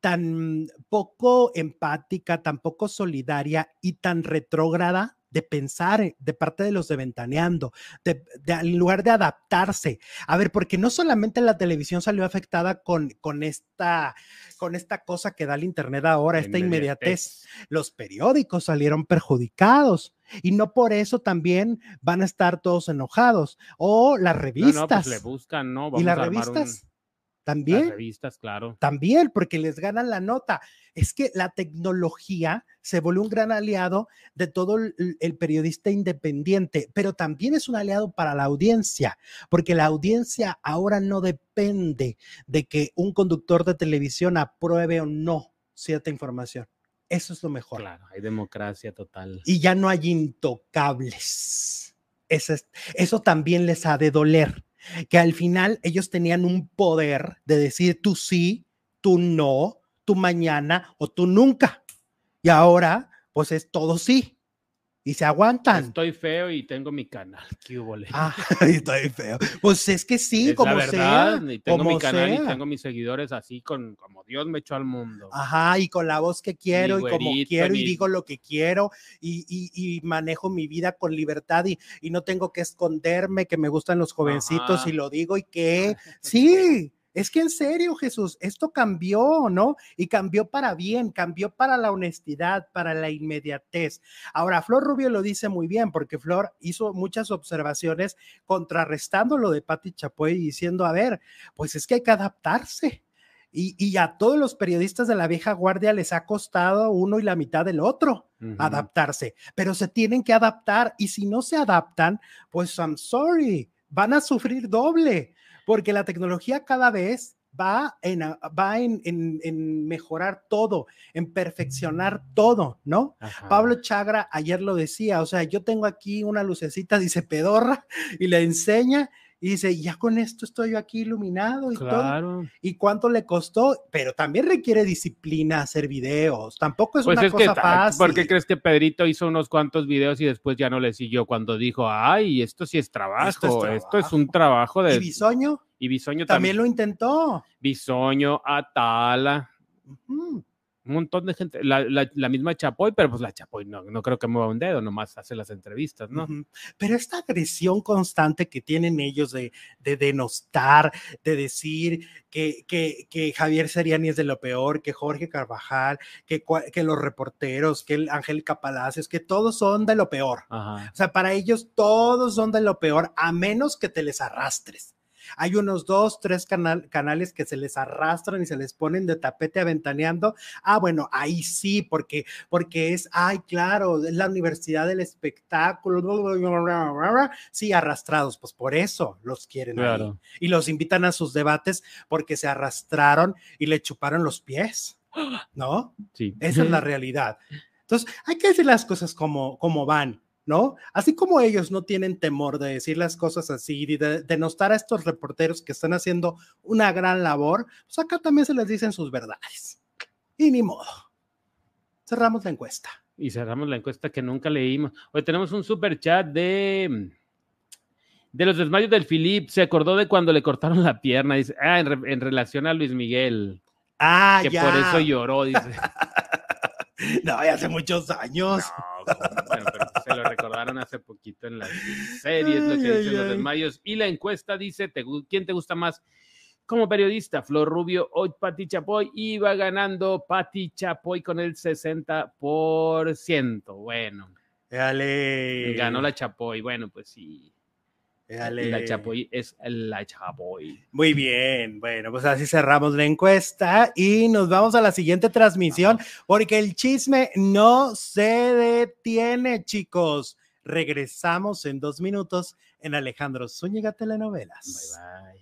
Speaker 1: tan poco empática, tan poco solidaria y tan retrógrada de pensar de parte de los de Ventaneando, en lugar de adaptarse. A ver, porque no solamente la televisión salió afectada con esta cosa que da el internet ahora, esta inmediatez. Los periódicos salieron perjudicados. Y no por eso también van a estar todos enojados. O las revistas.
Speaker 2: No, pues le buscan, ¿no?
Speaker 1: Vamos y las revistas también.
Speaker 2: Las revistas, claro.
Speaker 1: También, porque les ganan la nota. Es que la tecnología se volvió un gran aliado de todo el periodista independiente, pero también es un aliado para la audiencia, porque la audiencia ahora no depende de que un conductor de televisión apruebe o no cierta información. Eso es lo mejor.
Speaker 2: Claro, hay democracia total.
Speaker 1: Y ya no hay intocables. Eso también les ha de doler, que al final ellos tenían un poder de decir tú sí, tú no, tú mañana o tú nunca. Y ahora, pues es todo sí. Y se aguantan.
Speaker 2: Estoy feo y tengo mi canal. ¿Qué hubo?
Speaker 1: Estoy feo. Pues es que sí,
Speaker 2: es
Speaker 1: como
Speaker 2: la verdad,
Speaker 1: sea.
Speaker 2: Y tengo mi canal y tengo mis seguidores así como Dios me echó al mundo.
Speaker 1: Ajá, y con la voz que quiero y como quiero y digo lo que quiero y manejo mi vida con libertad y no tengo que esconderme, que me gustan los jovencitos. Ajá. Y lo digo y que sí. Es que en serio, Jesús, esto cambió, ¿no? Y cambió para bien, cambió para la honestidad, para la inmediatez. Ahora, Flor Rubio lo dice muy bien, porque Flor hizo muchas observaciones contrarrestando lo de Pati Chapoy y diciendo, a ver, pues es que hay que adaptarse. Y a todos los periodistas de la vieja guardia les ha costado uno y la mitad del otro adaptarse, pero se tienen que adaptar y si no se adaptan, pues I'm sorry, van a sufrir doble, porque la tecnología cada vez va en mejorar todo, en perfeccionar todo, ¿no?
Speaker 2: Ajá.
Speaker 1: Pablo Chagra ayer lo decía, o sea, yo tengo aquí una lucecita, dice pedorra, y le enseña, y dice, ya con esto estoy yo aquí iluminado y
Speaker 2: Claro.
Speaker 1: todo. ¿Y cuánto le costó? Pero también requiere disciplina hacer videos. Tampoco es
Speaker 2: Pues
Speaker 1: una
Speaker 2: es que,
Speaker 1: cosa fácil.
Speaker 2: ¿por qué crees que Pedrito hizo unos cuantos videos y después ya no le siguió cuando dijo, ay, esto sí es trabajo, esto es un trabajo de...
Speaker 1: ¿Y Bisoño?
Speaker 2: Y Bisoño
Speaker 1: También lo intentó.
Speaker 2: Bisoño, Atala, un montón de gente, la misma Chapoy, pero pues la Chapoy no creo que mueva un dedo, nomás hace las entrevistas, ¿no?
Speaker 1: Pero esta agresión constante que tienen ellos de denostar, de decir que Javier Seriani es de lo peor, que Jorge Carvajal, que los reporteros, que el Angélica Palacios, que todos son de lo peor.
Speaker 2: Ajá.
Speaker 1: O sea, para ellos todos son de lo peor, a menos que te les arrastres. Hay unos 2, 3 canales que se les arrastran y se les ponen de tapete aventaneando. Ah, bueno, ahí sí, porque es, ay, claro, es la universidad del espectáculo. Sí, arrastrados, pues por eso los quieren ahí. Y los invitan a sus debates porque se arrastraron y le chuparon los pies, ¿no?
Speaker 2: Sí.
Speaker 1: Esa es la realidad. Entonces, hay que decir las cosas como van, ¿no? Así como ellos no tienen temor de decir las cosas así y de denostar a estos reporteros que están haciendo una gran labor, pues acá también se les dicen sus verdades. Y ni modo. Cerramos la encuesta.
Speaker 2: Y cerramos la encuesta que nunca leímos. Hoy tenemos un super chat de los desmayos del Philip. Se acordó de cuando le cortaron la pierna. Dice, en relación a Luis Miguel.
Speaker 1: Ah,
Speaker 2: que
Speaker 1: ya.
Speaker 2: Por eso lloró, dice.
Speaker 1: No, ya hace muchos años.
Speaker 2: No, bueno, pero se lo recordaron hace poquito en las series, lo que dicen los desmayos. Y la encuesta dice, ¿quién te gusta más como periodista? Flor Rubio o Pati Chapoy. Iba ganando Pati Chapoy con el 60%. Bueno.
Speaker 1: Dale.
Speaker 2: Ganó la Chapoy. Bueno, pues sí.
Speaker 1: Dale.
Speaker 2: La Chapoy es la Chapoy.
Speaker 1: Muy bien, bueno, pues así cerramos la encuesta y nos vamos a la siguiente transmisión porque el chisme no se detiene, chicos. Regresamos en 2 minutos en Alejandro Zúñiga Telenovelas.
Speaker 2: Bye, bye.